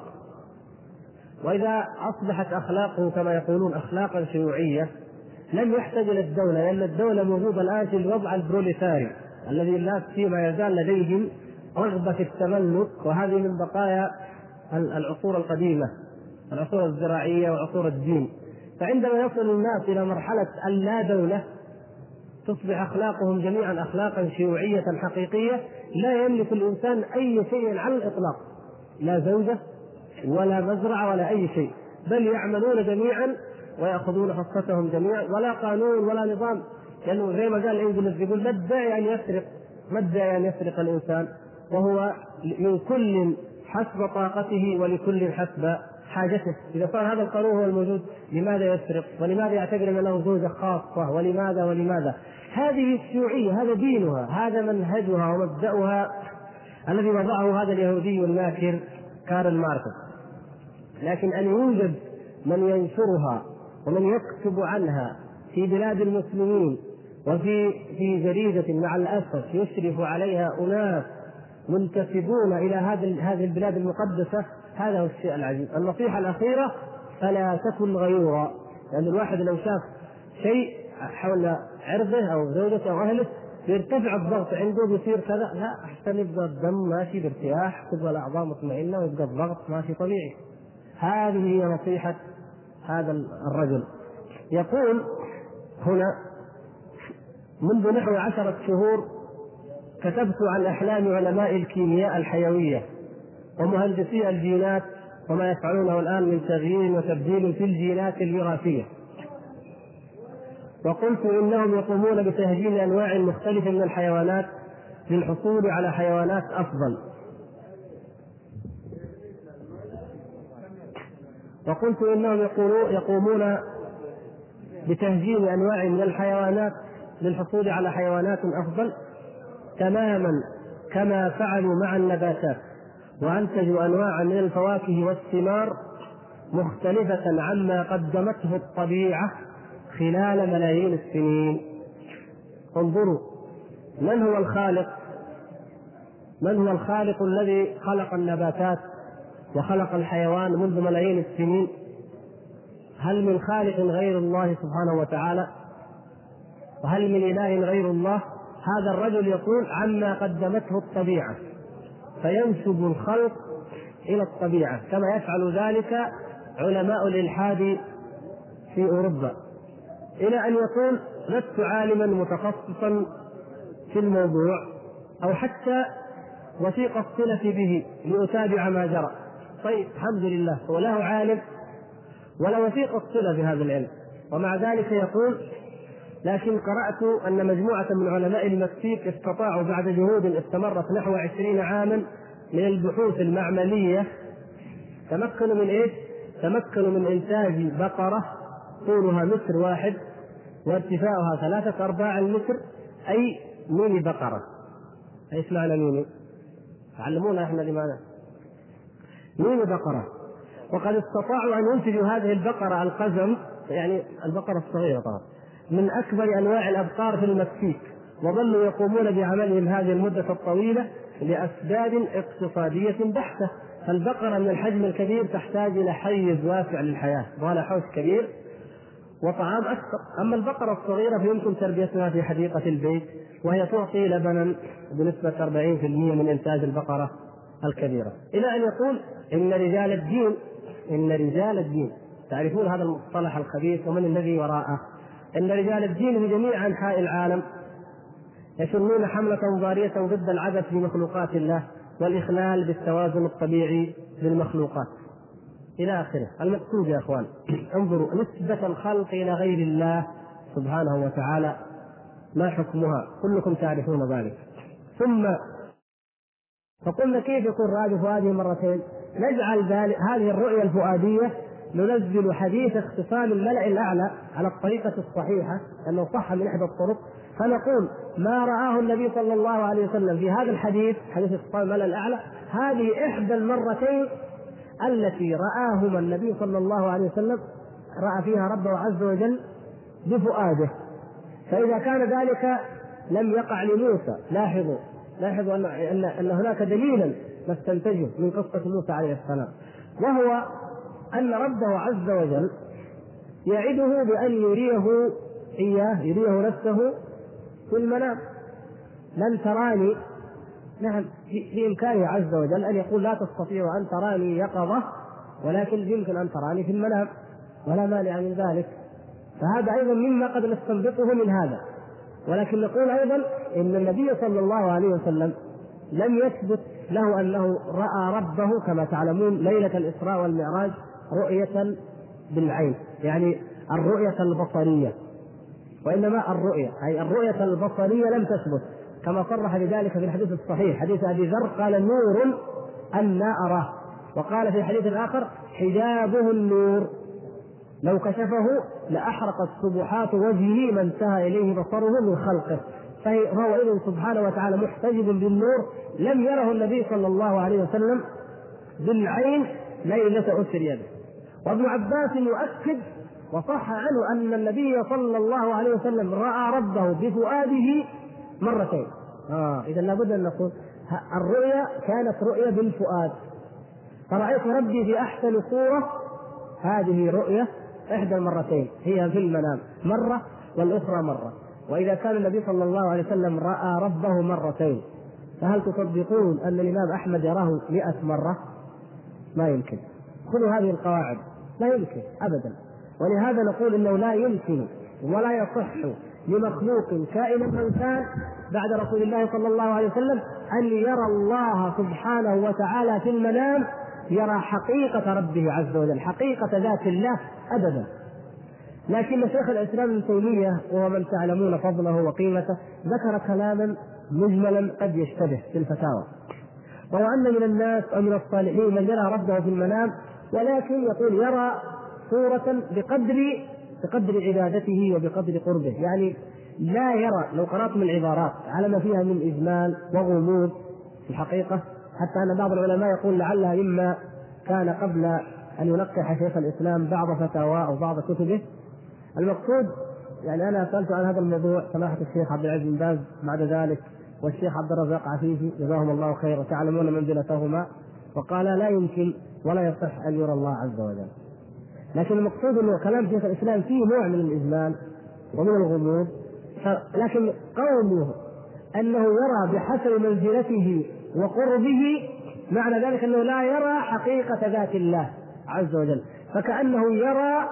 وإذا أصبحت أخلاقه كما يقولون أخلاقا شيوعية لم يحتاج إلى الدولة، لأن الدولة موجودة الآن في الوضع البروليتاري الذي الناس فيه ما يزال لديهم رغبة في التملك، وهذه من بقايا العصور القديمة، العصور الزراعية وعصور الدين. فعندما يصل الناس إلى مرحلة اللا دولة تصبح أخلاقهم جميعا أخلاقا شيوعية حقيقية، لا يملك الإنسان أي شيء على الإطلاق، لا زوجة ولا مزرعة ولا أي شيء، بل يعملون جميعا ويأخذون حصتهم جميعا، ولا قانون ولا نظام. لأنه زي ما قال الإنجليز يقول ما الداعي أن يسرق، ما الداعي أن يسرق الإنسان وهو من كل حسب طاقته ولكل حسب حاجته. إذا صار هذا القانون هو الموجود لماذا يسرق؟ ولماذا يعتبر أن له زوجة خاصة؟ ولماذا؟ هذه الشيوعية، هذا دينها، هذا منهجها ومبدأها الذي وضعه هذا اليهودي الماكر كارل ماركس. لكن أن يوجد من ينشرها ومن يكتب عنها في بلاد المسلمين وفي جريدة مع الأسف يشرف عليها أناس منتسبون إلى هذه البلاد المقدسة، هذا هو الشيء العجيب. النصيحة الأخيرة فلا تكن غيورا، لأن الواحد لو شاف شيء حول عرضه أو زوجته أو أهله يرتفع الضغط عنده، بيصير كذا، لا، أحسن يبقى الدم ماشي بارتياح، تبقى الأعضاء مطمئنة ويبقى الضغط ماشي طبيعي. هذه هي نصيحة هذا الرجل. يقول هنا منذ نحو 10 شهور كتبت عن أحلام علماء الكيمياء الحيوية ومهندسي الجينات وما يفعلونه الآن من تغيير وتبديل في الجينات الوراثية، وقلت إنهم يقومون بتهجين أنواع مختلفة من الحيوانات للحصول على حيوانات أفضل. وقلت إنهم يقومون بتهجين أنواع من الحيوانات للحصول على حيوانات أفضل تماما كما فعلوا مع النباتات، وأنتجوا أنواع من الفواكه والثمار مختلفة عما قدمته الطبيعة خلال ملايين السنين. انظروا من هو الخالق الذي خلق النباتات وخلق الحيوان منذ ملايين السنين؟ هل من خالق غير الله سبحانه وتعالى؟ وهل من إله غير الله؟ هذا الرجل يقول عما قدمته الطبيعة، فينسب الخلق إلى الطبيعة كما يفعل ذلك علماء الإلحاد في أوروبا، إلى أن يقول لست عالما متخصصا في الموضوع أو حتى وثيق الصلة به لأتابع ما جرى. طيب الحمد لله، هو له عالم ولا وثيق الصلة بهذا العلم. ومع ذلك يقول: لكن قرأت أن مجموعة من علماء المكسيك استطاعوا بعد جهود استمرت نحو 20 عاما من البحوث المعملية، تمكنوا من إيه؟ تمكنوا من إنتاج بقرة طولها متر واحد وارتفاعها 3/4 المتر، أي ميني بقرة. ايش معنى ميني؟ علمونا احنا لماذا ميني بقرة. وقد استطاعوا أن ينتجوا هذه البقرة القزم، يعني البقرة الصغيرة طبعا، من أكبر أنواع الأبقار في المكسيك، وظلوا يقومون بعملهم هذه المدة الطويلة لأسباب اقتصادية بحتة. فالبقرة من الحجم الكبير تحتاج إلى حيز واسع للحياة، ولا حوش كبير وطعام أكثر. أما البقرة الصغيرة فيمكن تربيتها في حديقة البيت، وهي تعطي لبنا بنسبة 40% من إنتاج البقرة الكبيرة. إلى أن يقول: إن رجال الدين تعرفون هذا المصطلح الخبيث ومن الذي وراءه. إن رجال الدين في جميع أنحاء العالم يشنون حملة ضارية ضد العبث بمخلوقات الله والإخلال بالتوازن الطبيعي للمخلوقات إلى آخره. المقصود يا أخوان، انظروا نسبة الخلق إلى غير الله سبحانه وتعالى ما حكمها، كلكم تعرفون ذلك. ثم فقلنا: كيف يكون رادف هذه مرتين؟ نجعل هذه الرؤية الفؤادية، ننزل حديث اختصام الملأ الأعلى على الطريقة الصحيحة أنه صح من إحدى الطرق، فنقول: ما رآه النبي صلى الله عليه وسلم في هذا الحديث، حديث اختصام الملأ الأعلى، هذه إحدى المرتين التي رآهما النبي صلى الله عليه وسلم، رأى فيها ربه عز وجل بفؤاده. فإذا كان ذلك لم يقع لموسى، لاحظوا أن هناك دليلا نستنتجه من قصة موسى عليه السلام، وهو أن ربه عز وجل يعده بأن يريه نفسه في المنام. لن تراني، نعم، في إمكانه عز وجل أن يقول: لا تستطيع أن تراني يقظة، ولكن يمكن أن تراني في المنام، ولا مانع من ذلك. فهذا أيضا مما قد نستنبطه من هذا. ولكن نقول أيضا إن النبي صلى الله عليه وسلم لم يثبت له أنه رأى ربه كما تعلمون ليلة الإسراء والمعراج رؤية بالعين، يعني الرؤية البصرية، وإنما الرؤية البصرية لم تثبت، كما صرح بذلك في الحديث الصحيح حديث أبي ذر قال: نور أنا أراه. وقال في الحديث الآخر: حجابه النور، لو كشفه لأحرقت سبحات وجهه ما انتهى إليه بصره من خلقه. فهو إذن سبحانه وتعالى محتجب بالنور، لم يره النبي صلى الله عليه وسلم بالعين ليلة أسري به. وابن عباس يؤكد وصح عنه أن النبي صلى الله عليه وسلم رأى ربه بفؤاده مرتين. إذا لابد أن نقول الرؤيا كانت رؤيا بالفؤاد. فرأيت ربي في أحسن صورة، هذه رؤية إحدى المرتين، هي في المنام مرة والأخرى مرة. وإذا كان النبي صلى الله عليه وسلم رأى ربه مرتين، فهل تصدقون أن الإمام أحمد يراه 100 مرة؟ ما يمكن. خذوا هذه القواعد، لا يمكن أبدا. ولهذا نقول إنه لا يمكن ولا يصح لمخلوق كائنا من كان بعد رسول الله صلى الله عليه وسلم أن يرى الله سبحانه وتعالى في المنام، يرى حقيقة ربه عز وجل، حقيقة ذات الله أبدا. لكن شيخ الإسلام ابن تيمية وهو من تعلمون فضله وقيمته ذكر كلاما مجملا قد يشتبه في الفتاوى، وهو أن من الناس أو من الصالحين من يرى ربه في المنام، ولكن يقول يرى صورة بقدر عبادته وبقدر قربه، يعني لا يرى، لو قرأت من العبارات على ما فيها من إجمال وغموض في الحقيقة، حتى أن بعض العلماء يقول لعلها مما كان قبل أن يلقح شيخ الإسلام بعض فتاوى أو بعض كتبه. المقصود يعني أنا سألت عن هذا الموضوع سماحة الشيخ عبد العزيز بن باز بعد ذلك والشيخ عبد الرزاق عفيفي جزاهم الله خير وتعلمون منزلتهما، وقال لا يمكن ولا يصح أن يرى الله عز وجل. لكن المقصود أنه كلام شيخ الإسلام فيه نوع من الإجمال ومن الغموض، لكن قوله أنه يرى بحسب منزلته وقربه معنى ذلك أنه لا يرى حقيقة ذات الله عز وجل، فكأنه يرى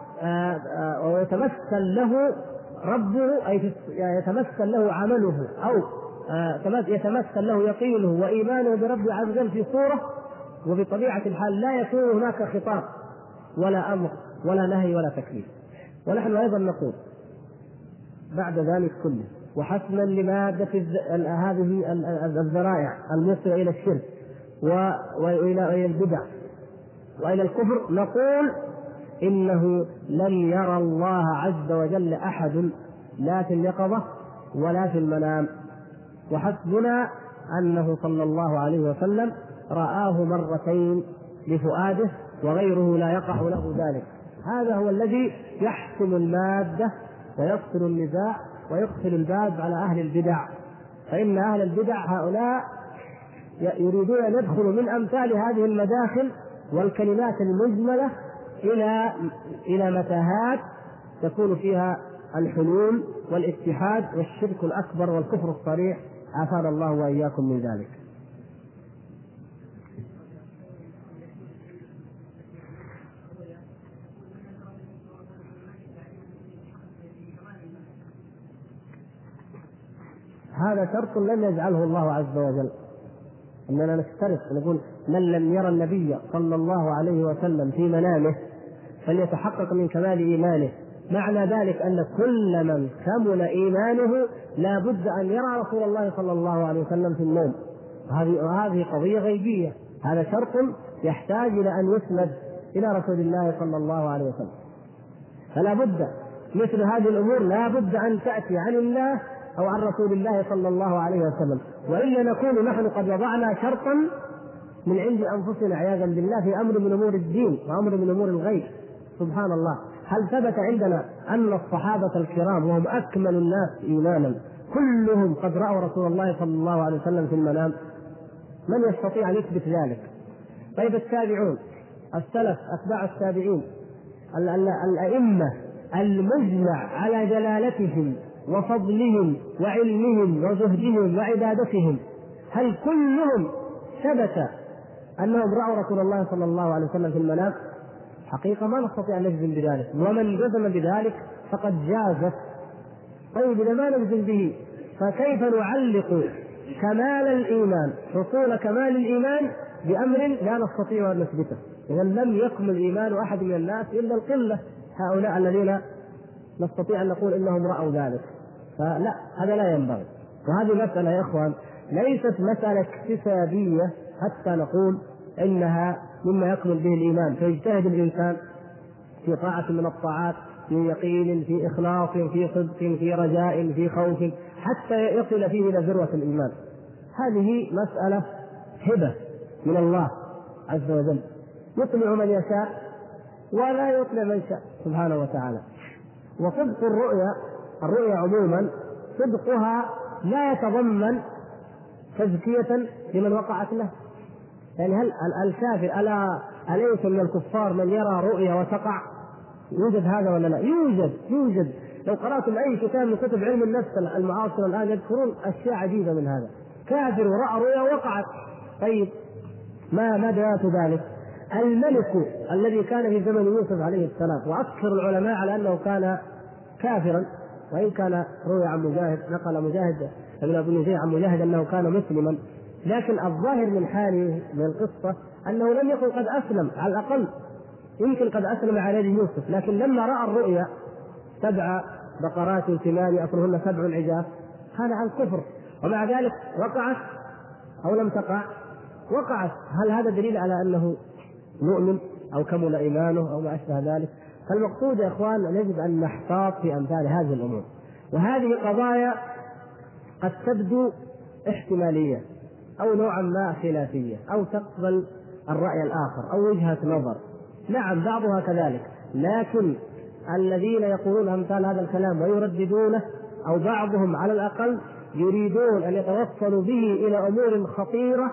ويتمثل له ربه، أي يتمثل له عمله، أو يتمثل له يقينه وإيمانه بربه عز وجل في صورة، وبطبيعة الحال لا يكون هناك خطاب ولا أمر ولا نهي ولا تكليف. ونحن أيضا نقول بعد ذلك كله وحسما لمادة هذه الذرائع الموصلة إلى الشرك وإلى البدع وإلى الكفر، نقول إنه لن يرى الله عز وجل أحد لا في اليقظة ولا في المنام، وحسبنا أنه صلى الله عليه وسلم رآه مرتين بفؤاده وغيره لا يقع له ذلك. هذا هو الذي يحسم المادة ويفصل النزاع ويقفل الباب على أهل البدع، فإن أهل البدع هؤلاء يريدون أن يدخلوا من أمثال هذه المداخل والكلمات المجملة إلى متاهات تكون فيها الحلول والاتحاد والشرك الأكبر والكفر الصريح، عافانا الله وإياكم من ذلك. هذا شرط لم يجعله الله عز وجل، أننا نشترط نقول من لم يرى النبي صلى الله عليه وسلم في منامه فليتحقق من كمال إيمانه. معنى ذلك أن كل من كمل إيمانه لا بد أن يرى رسول الله صلى الله عليه وسلم في النوم، وهذه قضية غيبية، هذا شرط يحتاج إلى أن يسند إلى رسول الله صلى الله عليه وسلم. فلا بد مثل هذه الأمور لا بد أن تأتي عن الله أو عن رسول الله صلى الله عليه وسلم، وإلا نكون نحن قد وضعنا شرطا من عند أنفسنا عياذا بالله في أمر من أمور الدين وأمر من أمور الغيب. سبحان الله، هل ثبت عندنا أن الصحابة الكرام وهم أكمل الناس إيمانا كلهم قد رأوا رسول الله صلى الله عليه وسلم في المنام؟ من يستطيع أن يثبت ذلك؟ طيب التابعون، السلف، أتباع التابعين، الأئمة المجمع على جلالتهم وفضلهم وعلمهم وزهدهم وعبادتهم، هل كلهم ثبت أنهم رأوا رسول الله صلى الله عليه وسلم في المنام؟ حقيقة ما نستطيع أن نجزم بذلك، ومن جزم بذلك فقد جازت. طيب إذا ما نجزم به فكيف نعلق كمال الإيمان، حصول كمال الإيمان بأمر لا نستطيع أن نثبته؟ إذا لم يكمل إيمان أحد من الناس إلا القلة، هؤلاء الذين نستطيع أن نقول إنهم رأوا ذلك. فلا، هذا لا ينبغي. وهذه مسألة يا إخوان ليست مسألة اكتسابية حتى نقول إنها مما يكمل به الإيمان، فيجتهد الإنسان في طاعة من الطاعات، في يقين، في إخلاص، في صدق، في رجاء، في خوف، حتى يصل فيه إلى ذروة الإيمان. هذه مسألة هبة من الله عز وجل، يطلع من يشاء ولا يطلع من شاء سبحانه وتعالى. وصدق الرؤيا عموما صدقها لا يتضمن تزكية لمن وقعت له. يعني هل الكافر أليس من الكفار من يرى رؤيا وتقع؟ يوجد هذا ولا لا؟ يوجد. لو قرأتم أي كتاب من كتب علم النفس المعاصر الآن يذكرون أشياء عجيبة من هذا. كافر ورأى رؤيا وقعت. طيب ما دلالة ذلك؟ الملك الذي كان في زمن يوسف عليه السلام، وأكثر العلماء على أنه كان كافرا، وإن كان روي عن مجاهد، نقل مجاهد ابن أبي نجيح عن مجاهد أنه كان مسلما، لكن الظاهر من حاله من القصة أنه لم يكن قد أسلم، على الأقل يمكن قد أسلم على يد يوسف، لكن لما رأى الرؤيا 7 بقرات ثمان يأكلهن 7 عجاف، كان عن كفر، ومع ذلك وقعت أو لم تقع؟ وقعت. هل هذا دليل على أنه مؤمن أو كمل إيمانه أو ما أشبه ذلك؟ فالمقصود يا إخوان أن يجب أن نحتاط في أمثال هذه الأمور، وهذه قضايا قد تبدو احتمالية أو نوعا ما خلافية أو تقبل الرأي الآخر أو وجهة نظر، نعم بعضها كذلك، لكن الذين يقولون أمثال هذا الكلام ويرددونه أو بعضهم على الأقل يريدون أن يتوصلوا به إلى أمور خطيرة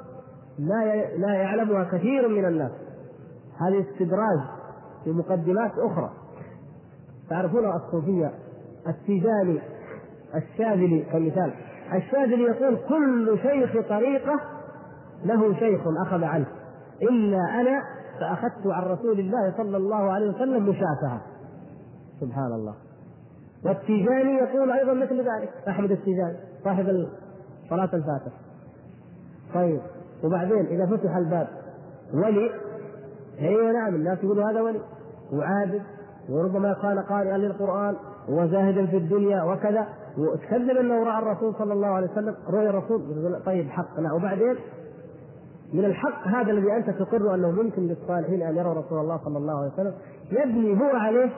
لا يعلمها كثير من الناس. هذه استدراج في مقدمات أخرى. تعرفون الصوفية، التيجاني، الشاذلي كمثال، الشاذلي يقول كل شيخ طريقة له شيخ أخذ عنه إلا أنا فأخذت عن رسول الله صلى الله عليه وسلم مشافهة. سبحان الله. والتيجاني يقول أيضا مثل ذلك، أحمد التيجاني صاحب صلاة الفاتح. طيب وبعدين إذا فتح الباب ولي، هي نعم الناس يقولوا هذا ولي، وعابد، وربما كان قارئا للقرآن وزاهدا في الدنيا وكذا، وتكذب أنه رأى الرسول صلى الله عليه وسلم رؤيا الرسول، طيب حق. لا، وبعدين من الحق هذا الذي أنت تقر أنه ممكن للصالحين أن يروا رسول الله صلى الله عليه وسلم، يبني هو عليه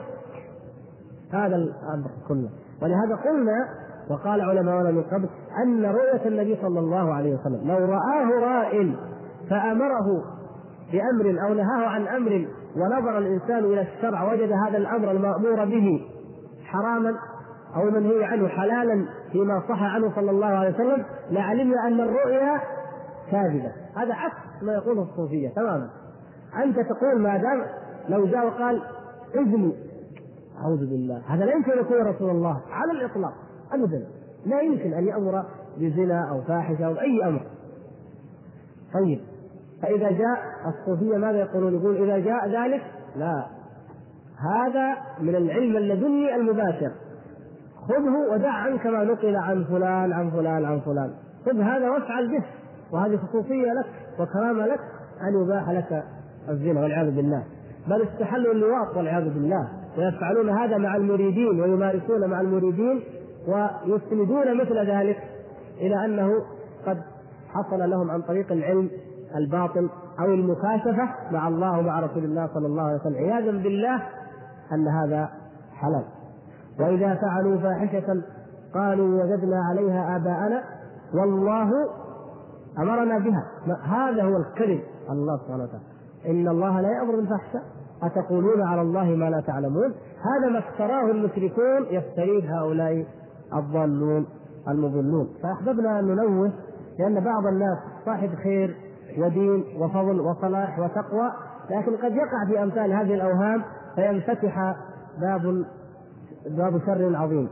هذا الأمر كله. ولهذا قلنا وقال علماؤنا من قبل أن رؤية النبي صلى الله عليه وسلم لو رآه رائل فأمره بأمر أو نهاه عن أمر ونظر الإنسان إلى الشرع وجد هذا الأمر المأمور به حراما أو منهي عنه حلالا فيما صح عنه صلى الله عليه وسلم، لعلمنا أن الرؤيا كاذبة. هذا عكس ما يقوله الصوفية تماما. أنت تقول ما دام لو جاء وقال اذني، أعوذ بالله، هذا لا يمكن يكون رسول الله على الإطلاق أبدا، لا يمكن أن يأمر بزنا أو فاحشة أو أي أمر. طيب، فإذا جاء الصوفية ماذا يقولون؟ يقول إذا جاء ذلك لا، هذا من العلم اللدني المباشر، خذه ودع عنك ما نقل عن فلان عن فلان عن فلان، خذ هذا وافعل به، وهذه خصوصية لك وكرامة لك أن يباح لك الزنا والعياذ بالله. بل استحلوا اللواط والعياذ بالله، ويفعلون هذا مع المريدين ويمارسون مع المريدين، ويستندون مثل ذلك إلى أنه قد حصل لهم عن طريق العلم الباطل أو المكاشفة مع الله ومع رسول الله صلى الله عليه وسلم، عياذا بالله أن هذا حلال. وإذا فعلوا فاحشة قالوا وجدنا عليها آباءنا والله أمرنا بها. هذا هو الكذب على الله سبحانه وتعالى، إن الله لا يأمر بالفحشاء أتقولون على الله ما لا تعلمون. هذا ما افتراه المشركون يفتريه هؤلاء الضالون المضلون. فأحببنا أن ننوه، لأن بعض الناس صاحب خير ودين وفضل وصلاح وتقوى، لكن قد يقع في أمثال هذه الأوهام فينفتح باب شر عظيم.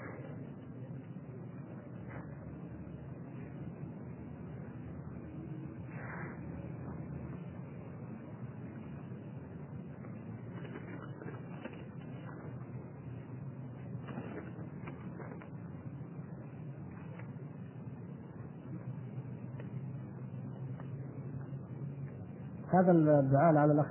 هذا الدعاء على الأخ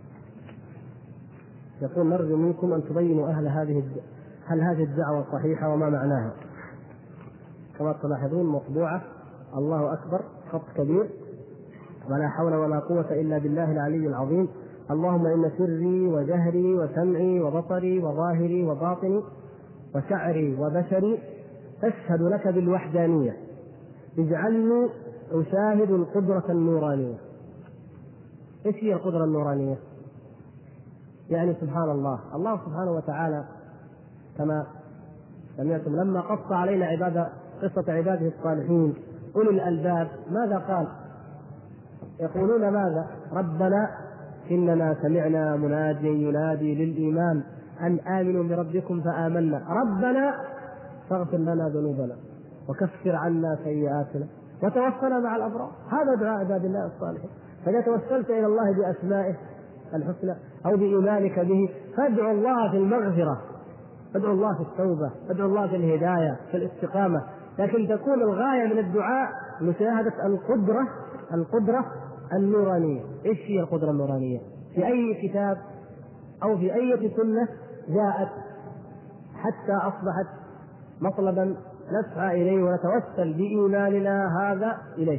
يقول نرجو منكم أن تبينوا هل هذه الدعوة صحيحة وما معناها. كما تلاحظون مطبوعة الله أكبر خط كبير، ولا حول ولا قوة إلا بالله العلي العظيم. اللهم إن سري وجهري وسمعي وبصري وظاهري وباطني وشعري وبشري أشهد لك بالوحدانية، اجعلني أشاهد القدرة النورانية. إيش هي القدرة النورانية؟ يعني سبحان الله، الله سبحانه وتعالى كما سمعتم لما قص علينا قصة عباده الصالحين أولي الألباب ماذا قال؟ يقولون ماذا؟ ربنا إننا سمعنا مناديا ينادي للإيمان أن آمنوا بربكم فآمنا ربنا فاغفر لنا ذنوبنا وكفر عنا سيئاتنا وتوفنا مع الأبرار. هذا دعاء عباد الله الصالحين. فإذا توسلت إلى الله بأسمائه الحسنى أو بإيمانك به فادعوا الله في المغفرة، ادعوا الله في التوبة، ادعوا الله في الهداية في الاستقامة، لكن تكون الغاية من الدعاء مشاهدة القدرة النورانية. إيش هي القدرة النورانية؟ في أي كتاب أو في أي سنة جاءت حتى أصبحت مطلبا نسعى إليه ونتوسل بإيماننا هذا إليه؟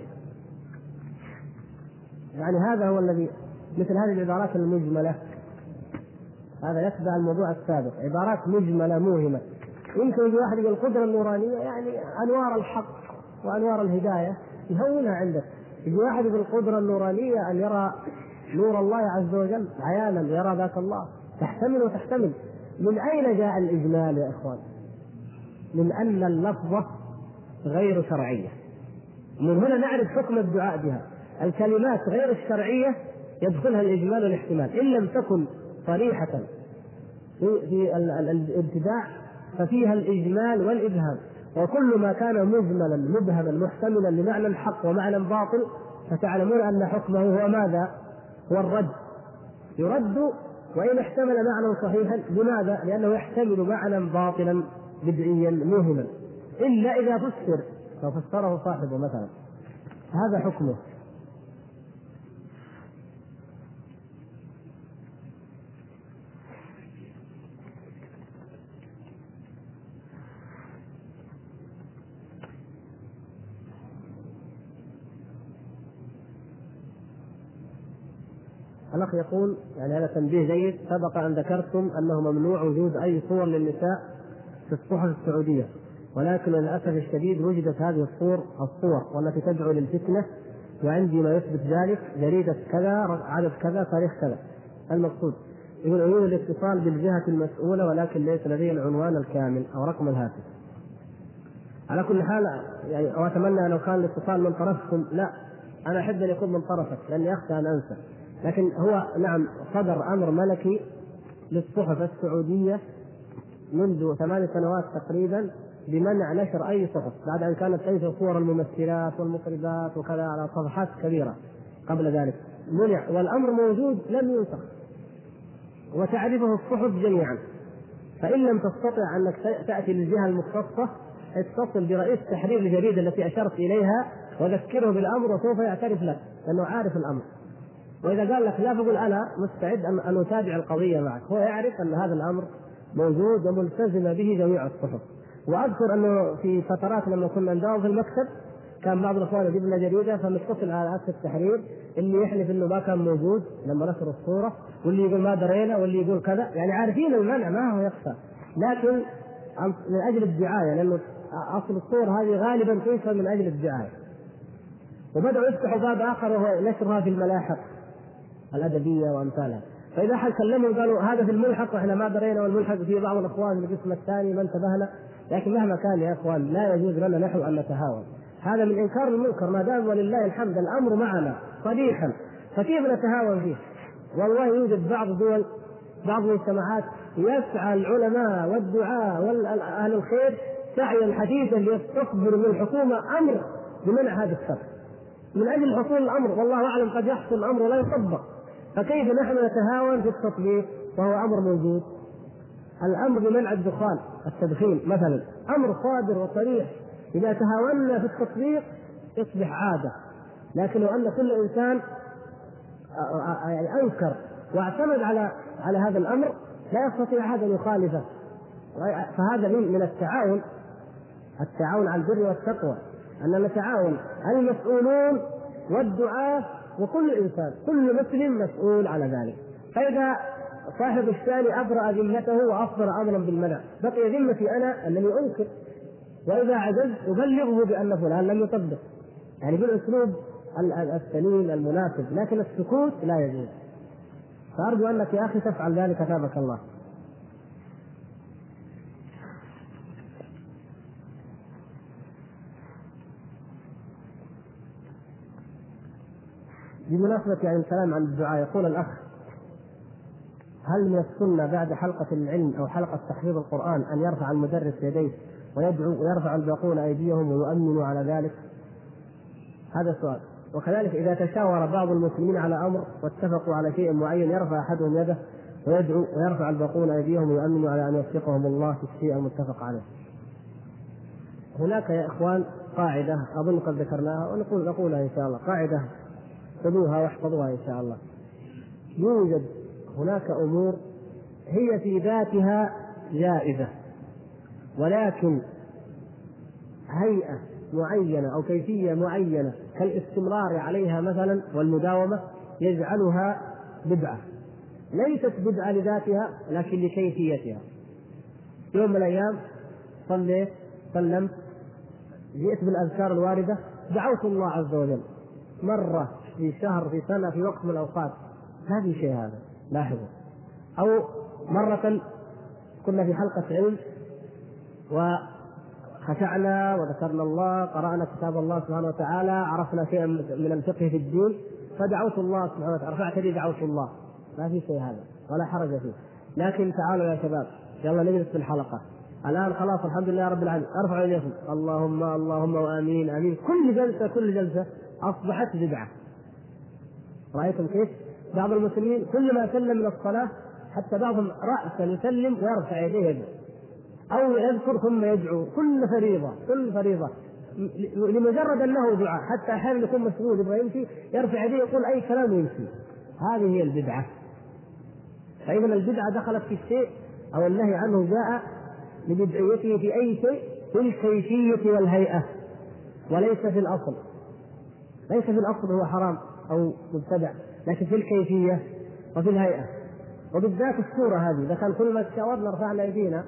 يعني هذا هو الذي مثل هذه العبارات المجملة، هذا يتبع الموضوع السابق، عبارات مجملة موهمة. يمكن يجي واحد يقول القدرة النورانية يعني أنوار الحق وأنوار الهداية يهونها عندك. يجي واحد يقول القدرة النورانية أن يرى نور الله عز وجل عيانا، يرى ذات الله. تحتمل وتحتمل. من أين جاء الإجمال يا إخوان؟ من أن اللفظة غير شرعية. من هنا نعرف حكم الدعاء بها. الكلمات غير الشرعية يدخلها الإجمال والاحتمال، إن لم تكن صريحة في الابتداع ففيها الإجمال والإبهام. وكل ما كان مجملا مبهما محتملا لمعنى حق ومعنى باطل فتعلمون أن حكمه هو ماذا؟ هو الرد. يرد وإن احتمل معنى صحيحا. لماذا؟ لأنه يحتمل معنى باطلا بدعيا موهما، إلا إذا فسر ففسره صاحبه مثلا. هذا حكمه. الأخ يقول يعني هذا تنبيه جيد، سبق أن ذكرتم أنه ممنوع وجود أي صور للنساء في الصحف السعودية، ولكن للأسف الشديد وجدت هذه الصور والتي تدعو للفتنة، وعندي ما يثبت ذلك، جريدة كذا عدد كذا تاريخ كذا. المقصود يقول أريد الاتصال بالجهة المسؤولة ولكن ليس لدي العنوان الكامل أو رقم الهاتف. على كل حال يعني وأتمنى لو كان الاتصال من طرفكم، لا أنا أحب أن يكون من طرفك لأني أخشى أن أنسى، لكن هو نعم صدر أمر ملكي للصحف السعودية منذ 8 سنوات تقريبا بمنع نشر أي صحف بعد أن كانت تنشر صور الممثلات والمطربات وكذا على صفحات كبيرة قبل ذلك، منع والأمر موجود لم ينسخ وتعرفه الصحف جميعا. فإن لم تستطع أنك تأتي للجهة المختصة اتصل برئيس تحرير الجريدة التي أشرت إليها وذكره بالأمر وسوف يعترف لك لأنه عارف الأمر. وإذا قال لك لا فقل أنا مستعد أن أتابع القضية معك، هو يعرف أن هذا الأمر موجود وملتزم به جميع الصحف. وأذكر أنه في فترات لما كنا نداوم في المكتب كان بعض الأخوان يجيب لنا جريدة فنتصل على رئاسة التحرير اللي يحلف أنه ما كان موجود لما نشر الصورة، واللي يقول ما درينا، واللي يقول كذا، يعني عارفين المنع ما هو يخفى، لكن من أجل الدعاية، لأنه أصل الصور هذه غالبا تنشر من أجل الدعاية. وبدأوا يفتحوا باب آخر وهو نشرها في الملاحق الأدبية وأمثالها. فإذا أحد كلمهم قالوا هذا في الملحق وإحنا ما درينا، والملحق في بعض الأخوان في القسم الثاني ما انتبهنا. لكن مهما كان يا أخوان لا يجوز لنا نحن أن نتهاون، هذا من إنكار المنكر ما دام ولله الحمد الأمر معنا صريحا، فكيف نتهاون فيه؟ والله يوجد بعض الدول بعض المجتمعات يسعى العلماء والدعاء وأهل الخير سعيا حديثا ليستصدر من الحكومة أمر بمنع هذا الشر من أجل حصول الأمر، والله أعلم قد يحصل الأمر ولا يطبق. فكيف نحن نتهاون في التطبيق وهو أمر موجود؟ الأمر بمنع الدخان التدخين مثلا أمر صادر وصريح، إذا تهاونا في التطبيق يصبح عادة. لكن لو أن كل إنسان أنكر واعتمد على هذا الأمر لا يستطيع أحد أن يخالفه. فهذا من التعاون على البر والتقوى، أن نتعاون المسؤولون والدعاة وكل إنسان، كل مسلم مسؤول على ذلك. فإذا صاحب الشأن أبرأ ذمته وأصدر أمرا بالمنع بقي ذمتي أنا الذي أنكر، وإذا عجز أبلغه بأن فلان لم يطبق، يعني بالأسلوب السليم المناسب، لكن السكوت لا يجوز. فأرجو أنك يا أخي تفعل ذلك ثابك الله. بمناسبة يعني الكلام عن الدعاء، يقول الأخ هل من السنة بعد حلقة العلم أو حلقة تحفيظ القرآن أن يرفع المدرس يديه ويدعو ويرفع الباقون أيديهم ويؤمنوا على ذلك؟ هذا سؤال. وكذلك إذا تشاور بعض المسلمين على أمر واتفقوا على شيء معين يرفع أحدهم يده ويدعو ويرفع الباقون أيديهم ويؤمنوا على أن يوفقهم الله في الشيء المتفق عليه. هناك يا إخوان قاعدة أظن قد ذكرناها ونقولها إن شاء الله، قاعدة خذوها واحفظوها إن شاء الله. يوجد هناك أمور هي في ذاتها جائزة، ولكن هيئة معينة أو كيفية معينة كالاستمرار عليها مثلا والمداومة يجعلها بدعة، ليست بدعة لذاتها لكن لكيفيتها. يوم من الأيام صليت سلمت جئت بالأذكار الواردة، دعوت الله عز وجل مرة في شهر في سنة في وقت من الأوقات، ما في شيء هذا لاحظوا. أو مرة كنا في حلقة علم وخشعنا وذكرنا الله، قرأنا كتاب الله سبحانه وتعالى، عرفنا شيئا من الفقه في الدين، فدعوت الله سبحانه وتعالى، رفعت لي دعوت الله، ما في شيء هذا ولا حرج فيه. لكن تعالوا يا شباب يلا نجلس في الحلقة الآن، خلاص الحمد لله رب العالمين، ارفعوا إليكم اللهم وآمين آمين، كل جلسة أصبحت بدعة. رأيتم كيف بعض المسلمين كل ما سلم من الصلاة حتى بعضهم رأسا يسلم ويرفع يديه أو يذكر ثم يدعو كل فريضة لمجرد أنه دعاء، حتى أحيانا يكون مسؤول يبغى يمشي يرفع يديه يقول أي كلام يمشي. هذه هي البدعة. فإذا البدعة دخلت في الشيء أو النهي عنه جاء لبدعيته في أي شيء في الكيفية والهيئة وليس في الأصل. ليس في الأصل هو حرام أو مبتدع، لكن في الكيفية وفي الهيئة، وبالذات الصورة هذه. إذا كان كل ما تشاورنا رفعنا أيدينا،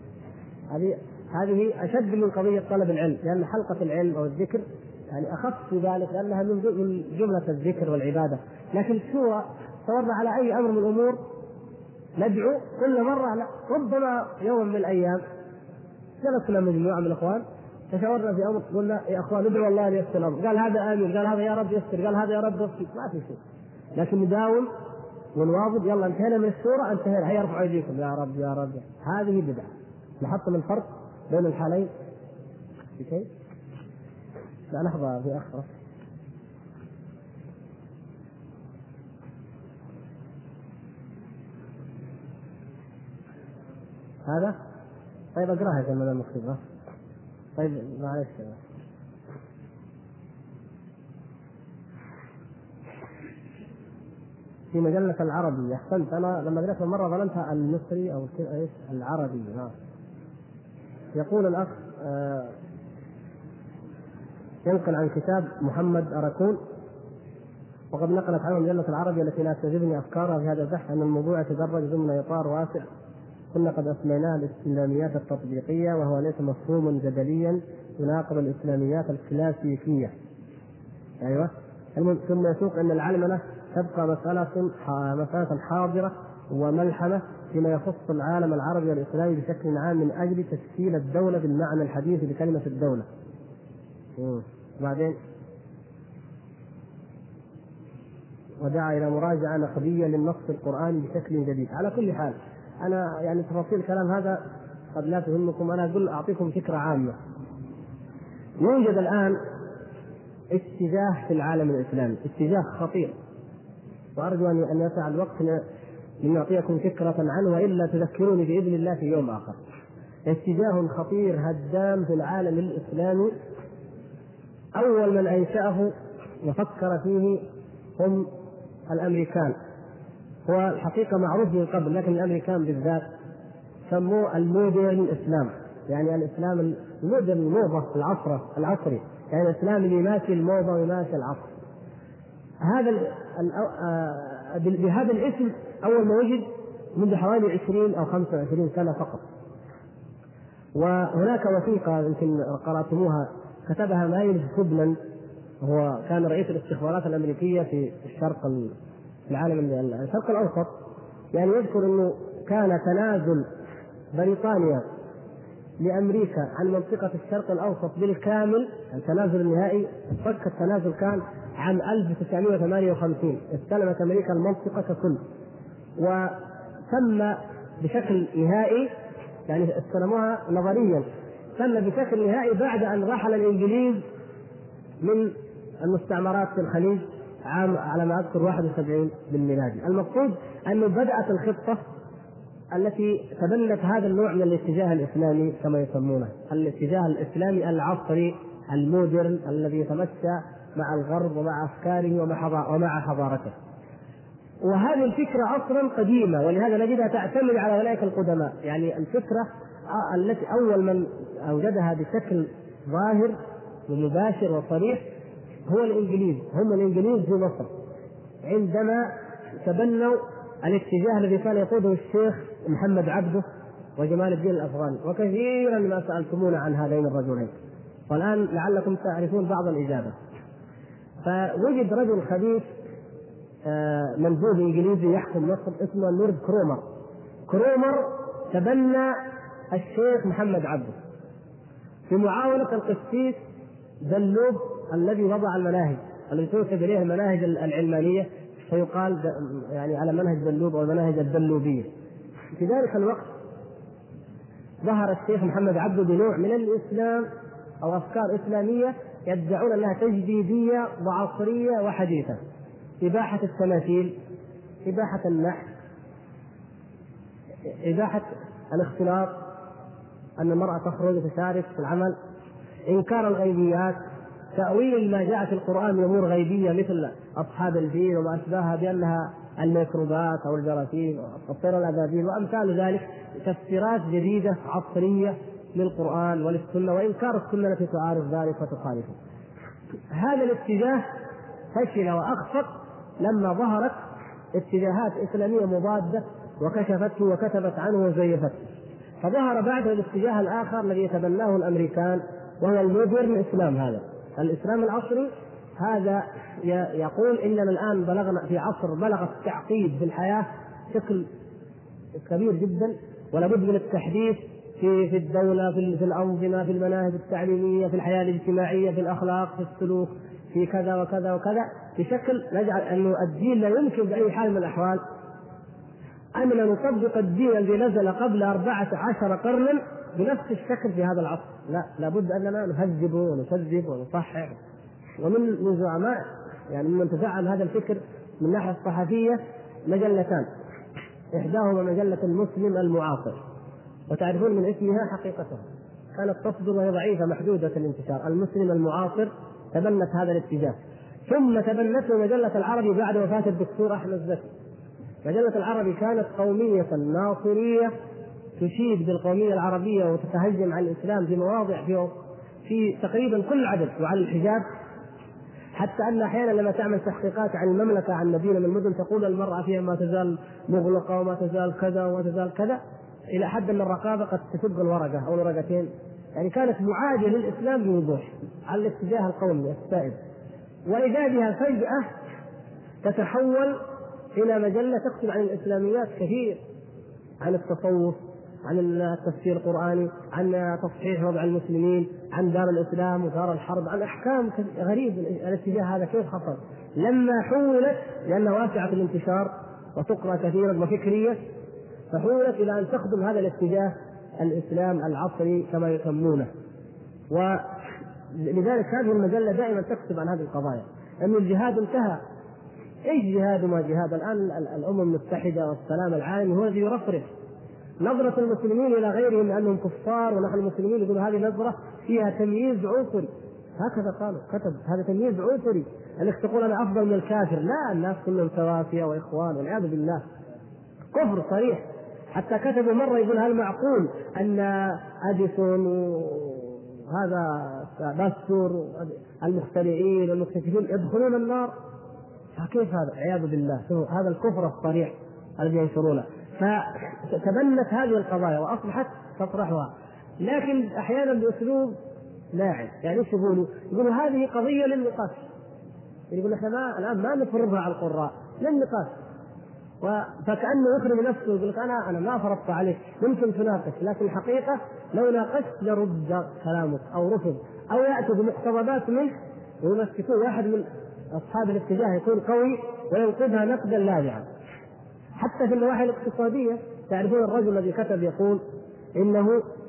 هذه أشد من قضية طلب العلم، لأن حلقة العلم أو الذكر يعني أخف في ذلك، لأنها من جملة الذكر والعبادة. لكن الصورة تورنا على أي أمر من الأمور ندعو كل مرة. لا، ربما يوم من الأيام جلسنا مجموعة من الإخوان تشاورنا في أمر، قلنا يا أخوان ادعوا الله أن ييسر الأمر، قال هذا آمين، قال هذا يا رب يسر، قال هذا يا رب يسر، ما في شيء. لكن نداوم ونواظب. يلا انتهينا من السورة، انتهينا، هيا ارفعوا أيديكم يا رب يا رب. هذه بدعة. لاحظتم الفرق بين الحالين في شيء؟ لا لحظة في أخرى. هذا طيب أقرأها زي ما أنا مكتوبة. طيب معلش في مجلة العربي. أحسنت، أنا لما قرأت مرة ظننتها المصري أو إيش العربي. يقول الأخ ينقل عن كتاب محمد أراكون، وقد نقلت عنه مجلة العربي التي لا تعجبني أفكارها في هذا البحث، أن الموضوع يتدرج ضمن إطار واسع كنا قد أسميناه الإسلاميات التطبيقية، وهو ليس مفهوما جدليا يناقض الإسلاميات الكلاسيكية. أيوة. ثم يسوق أن العلمنة تبقى مسألة حاضرة وملحمة فيما يخص العالم العربي والإسلامي بشكل عام من أجل تشكيل الدولة بالمعنى الحديث لكلمة الدولة. بعدين ودعا إلى مراجعة نقدية للنص القرآني بشكل جديد. على كل حال أنا يعني تفاصيل الكلام هذا قد لا تهمكم، أنا أقول أعطيكم فكرة عامة. يوجد الآن اتجاه في العالم الإسلامي، اتجاه خطير، وأرجو أن يسع الوقت لنعطيكم فكرة عنه، وإلا تذكروني بإذن الله في يوم آخر. اتجاه خطير هدام في العالم الإسلامي، أول من أنشأه وفكر فيه هم الأمريكان. هو الحقيقة معروف من قبل، لكن الأمريكان بالذات سموه المودرن إسلام، يعني الإسلام المودرن، الموضة العصري، يعني الإسلام اللي يماشي الموضة ويماشي العصر. بهذا الاسم أول ما وجد منذ حوالي 20 أو 25 سنة فقط. وهناك وثيقة يمكن قرأتموها كتبها مايلز سوبلان، هو كان رئيس الاستخبارات الأمريكية في الشرق الشرق الأوسط. يعني يذكر أنه كان تنازل بريطانيا لأمريكا عن منطقة الشرق الأوسط بالكامل، التنازل النهائي، فك التنازل كان عام 1958. استلمت أمريكا المنطقة ككل، وتم بشكل نهائي، يعني استلموها نظريا، تم بشكل نهائي بعد أن رحل الإنجليز من المستعمرات في الخليج عام على ما أذكر 71 بالميلادي. المقصود أنه بدأت الخطة التي تبنت هذا النوع من الاتجاه الإسلامي كما يسمونه، الاتجاه الإسلامي العصري المودرن الذي يتمشى مع الغرب ومع أفكاره ومع حضارته. وهذه الفكرة أصلا قديمة، ولهذا نجدها تعتمد على أولئك القدماء. يعني الفكرة التي أول من أوجدها بشكل ظاهر ومباشر وصريح هو الإنجليز، هم الإنجليز في مصر، عندما تبنوا الاتجاه الذي كان يقوده الشيخ محمد عبده وجمال الدين الأفغاني. وكثيرا ما سألتمونا عن هذين الرجلين، والآن لعلكم تعرفون بعض الإجابة. فوجد رجل خبيث مندوب إنجليزي يحكم مصر اسمه لورد كرومر تبنى الشيخ محمد عبده في معاونة القسيس دلوب الذي وضع المناهج التي تنسب إليه المناهج العلمانية، فيقال يعني على منهج دلوب أو مناهج الدلوبية. في ذلك الوقت ظهر الشيخ محمد عبده بنوع من الإسلام أو أفكار إسلامية يدعون أنها تجديدية وعصرية وحديثة: إباحة التماثيل، إباحة النحت، إباحة الاختلاط، أن المرأة تخرج وتشارك في العمل، إنكار الغيبيات، تأويل ما جاء في القرآن من أمور غيبية مثل أصحاب الفيل وما أشبهها بأنها الميكروبات أو الجراثيم والطير الأبابيل وأمثال ذلك، تفسيرات جديدة عصرية للقرآن وللسنة، وإنكار السنة التي تعارض ذلك وتخالفه. هذا الاتجاه فشل وأخفق لما ظهرت اتجاهات إسلامية مضادة وكشفته وكتبت عنه وزيفته. فظهر بعد الاتجاه الآخر الذي يتبناه الأمريكان، وهو المودرن إسلام. هذا الإسلام العصري هذا يقول إننا الآن بلغنا في عصر بلغ التعقيد في الحياة بشكل كبير جدا، ولا بد من التحديث في الدولة، في الأنظمة، في المناهج التعليمية، في الحياة الاجتماعية، في الأخلاق، في السلوك، في كذا وكذا وكذا، بشكل نجعل أن الدين لا يمكن بأي حال من الأحوال أننا نطبق الدين الذي نزل قبل 14 قرنا بنفس الشكل في هذا العصر. لا، لابد أننا نهذب ونكذب ونصحح. ومن زعماء يعني من تفعل هذا الفكر من الناحية الصحفية مجلتان، إحداهما مجلة المسلم المعاصر، وتعرفون من اسمها حقيقتها كانت تصدر وهي ضعيفة محدودة الانتشار. المسلم المعاصر تبنت هذا الاتجاه، ثم تبنته مجلة العربي بعد وفاة الدكتور أحمد زكي. مجلة العربي كانت قومية ناصرية تشيد بالقومية العربية وتتهجم على الإسلام في مواضع في تقريبا كل عدد، وعلى الحجاب، حتى أن أحيانا لما تعمل تحقيقات عن المملكة عن مدينة من المدن تقول المرأة فيها ما تزال مغلقة وما تزال كذا وما تزال كذا، إلى حد أن الرقابة قد تشق الورقة أو الورقتين. يعني كانت معادية للإسلام بوضوح على الاتجاه القومي السائد. وإذا بها فجأة تتحول إلى مجلة تكتب عن الإسلاميات كثير، عن التصوف، عن التفسير القرآني، عن تصحيح وضع المسلمين، عن دار الإسلام ودار الحرب، عن أحكام غريب. الاتجاه هذا كيف حصل؟ لما حولت، لأنها واسعة الانتشار وتقرأ كثيرا وفكرية، فحولت إلى أن تخدم هذا الاتجاه الإسلام العصري كما يسمونه. ولذلك هذه المجلة دائما تكتب عن هذه القضايا، أن الجهاد انتهى. ايش جهاد وما جهاد؟ الآن الأمم المتحدة والسلام العالمي هو الذي يرفرف نظرة المسلمين إلى غيرهم أنهم كفار ونحن المسلمين، يقولوا هذه نظرة فيها تمييز عنصري. هكذا قالوا، كتب هذا تمييز عنصري، أنك تقول أنا أفضل من الكافر. لا، الناس كلهم سواسية وإخوان والعياذ بالله، كفر صريح. حتى كتبوا مرة يقول هل معقول أن أديسون وهذا باستور المخترعين والمكتشفين يدخلون النار؟ فكيف هذا؟ عياذ بالله، هذا الكفر الصريح الذي ينشرونه. فتبنت هذه القضايا وأصبحت تطرحها، لكن أحيانا بأسلوب لاعب. يعني ايش يقولوا هذه قضية للنقاش، يقول احنا الآن ما نفرضها على القراء للنقاش، فكأنه يخرج نفسه يقول لك أنا ما فرضت عليك، ممكن تناقش، لكن الحقيقة لو ناقشت لرد كلامك أو رفض أو يأتي بمقتضبات منه ويمسكون. واحد من أصحاب الاتجاه يكون قوي وينقذها نقدا لاذعا. حتى في النواحي الاقتصادية تعرفون الرجل الذي كتب يقول إنه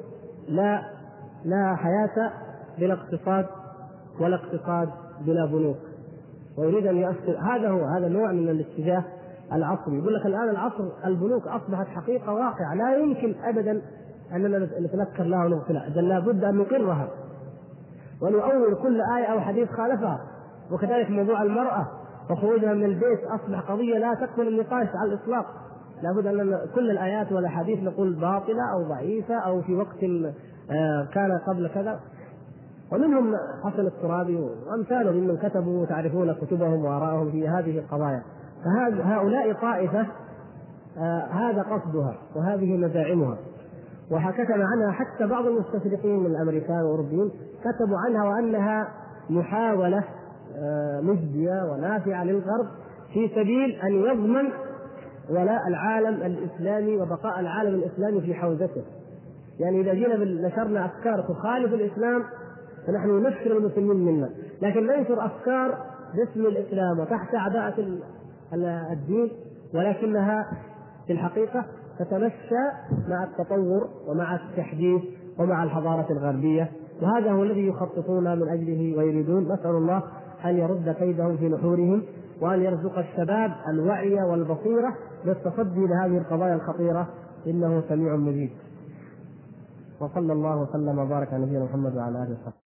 لا حياة بلا اقتصاد ولا اقتصاد بلا بنوك، ويريد أن يؤثر. هذا نوع من الاتجاه العصري. يقول لك الآن العصر البنوك أصبحت حقيقة واقعة لا يمكن أبدا أننا نتنكر لها ونغفلها، بل لابد أن نقرها ونؤول كل آية أو حديث خالفها. وكذلك موضوع المرأة وخروجها من البيت أصبح قضية لا تقبل النقاش على الإطلاق. لابد أن كل الآيات والأحاديث نقول باطلة أو ضعيفة أو في وقت كان قبل كذا. ومنهم حسن الترابي وأمثاله ممن كتبوا تعرفون كتبهم وآراءهم في هذه القضايا. فهؤلاء طائفة هذا قصدها وهذه مزاعمها، وكتب عنها حتى بعض المستشرقين من الأمريكان والأوروبيين كتبوا عنها وأنها محاولة مجدية ونافعة للغرب في سبيل أن يضمن ولاء العالم الإسلامي وبقاء العالم الإسلامي في حوزته. يعني إذا جينا نشرنا أفكار تخالف الإسلام فنحن ننفر المسلمين منا، لكن ننشر أفكار باسم الإسلام وتحت عباءة الدين، ولكنها في الحقيقة تتمشى مع التطور ومع التحديث ومع الحضارة الغربية. وهذا هو الذي يخططون من أجله ويريدون. نسأل الله أن يرد كيدهم في نحورهم، وأن يرزق الشباب الوعي والبصيرة للتصدي لهذه القضايا الخطيرة، إنه سميع مجيب. وصلى الله وسلم وبارك على نبينا محمد وعلى آله وصحبه.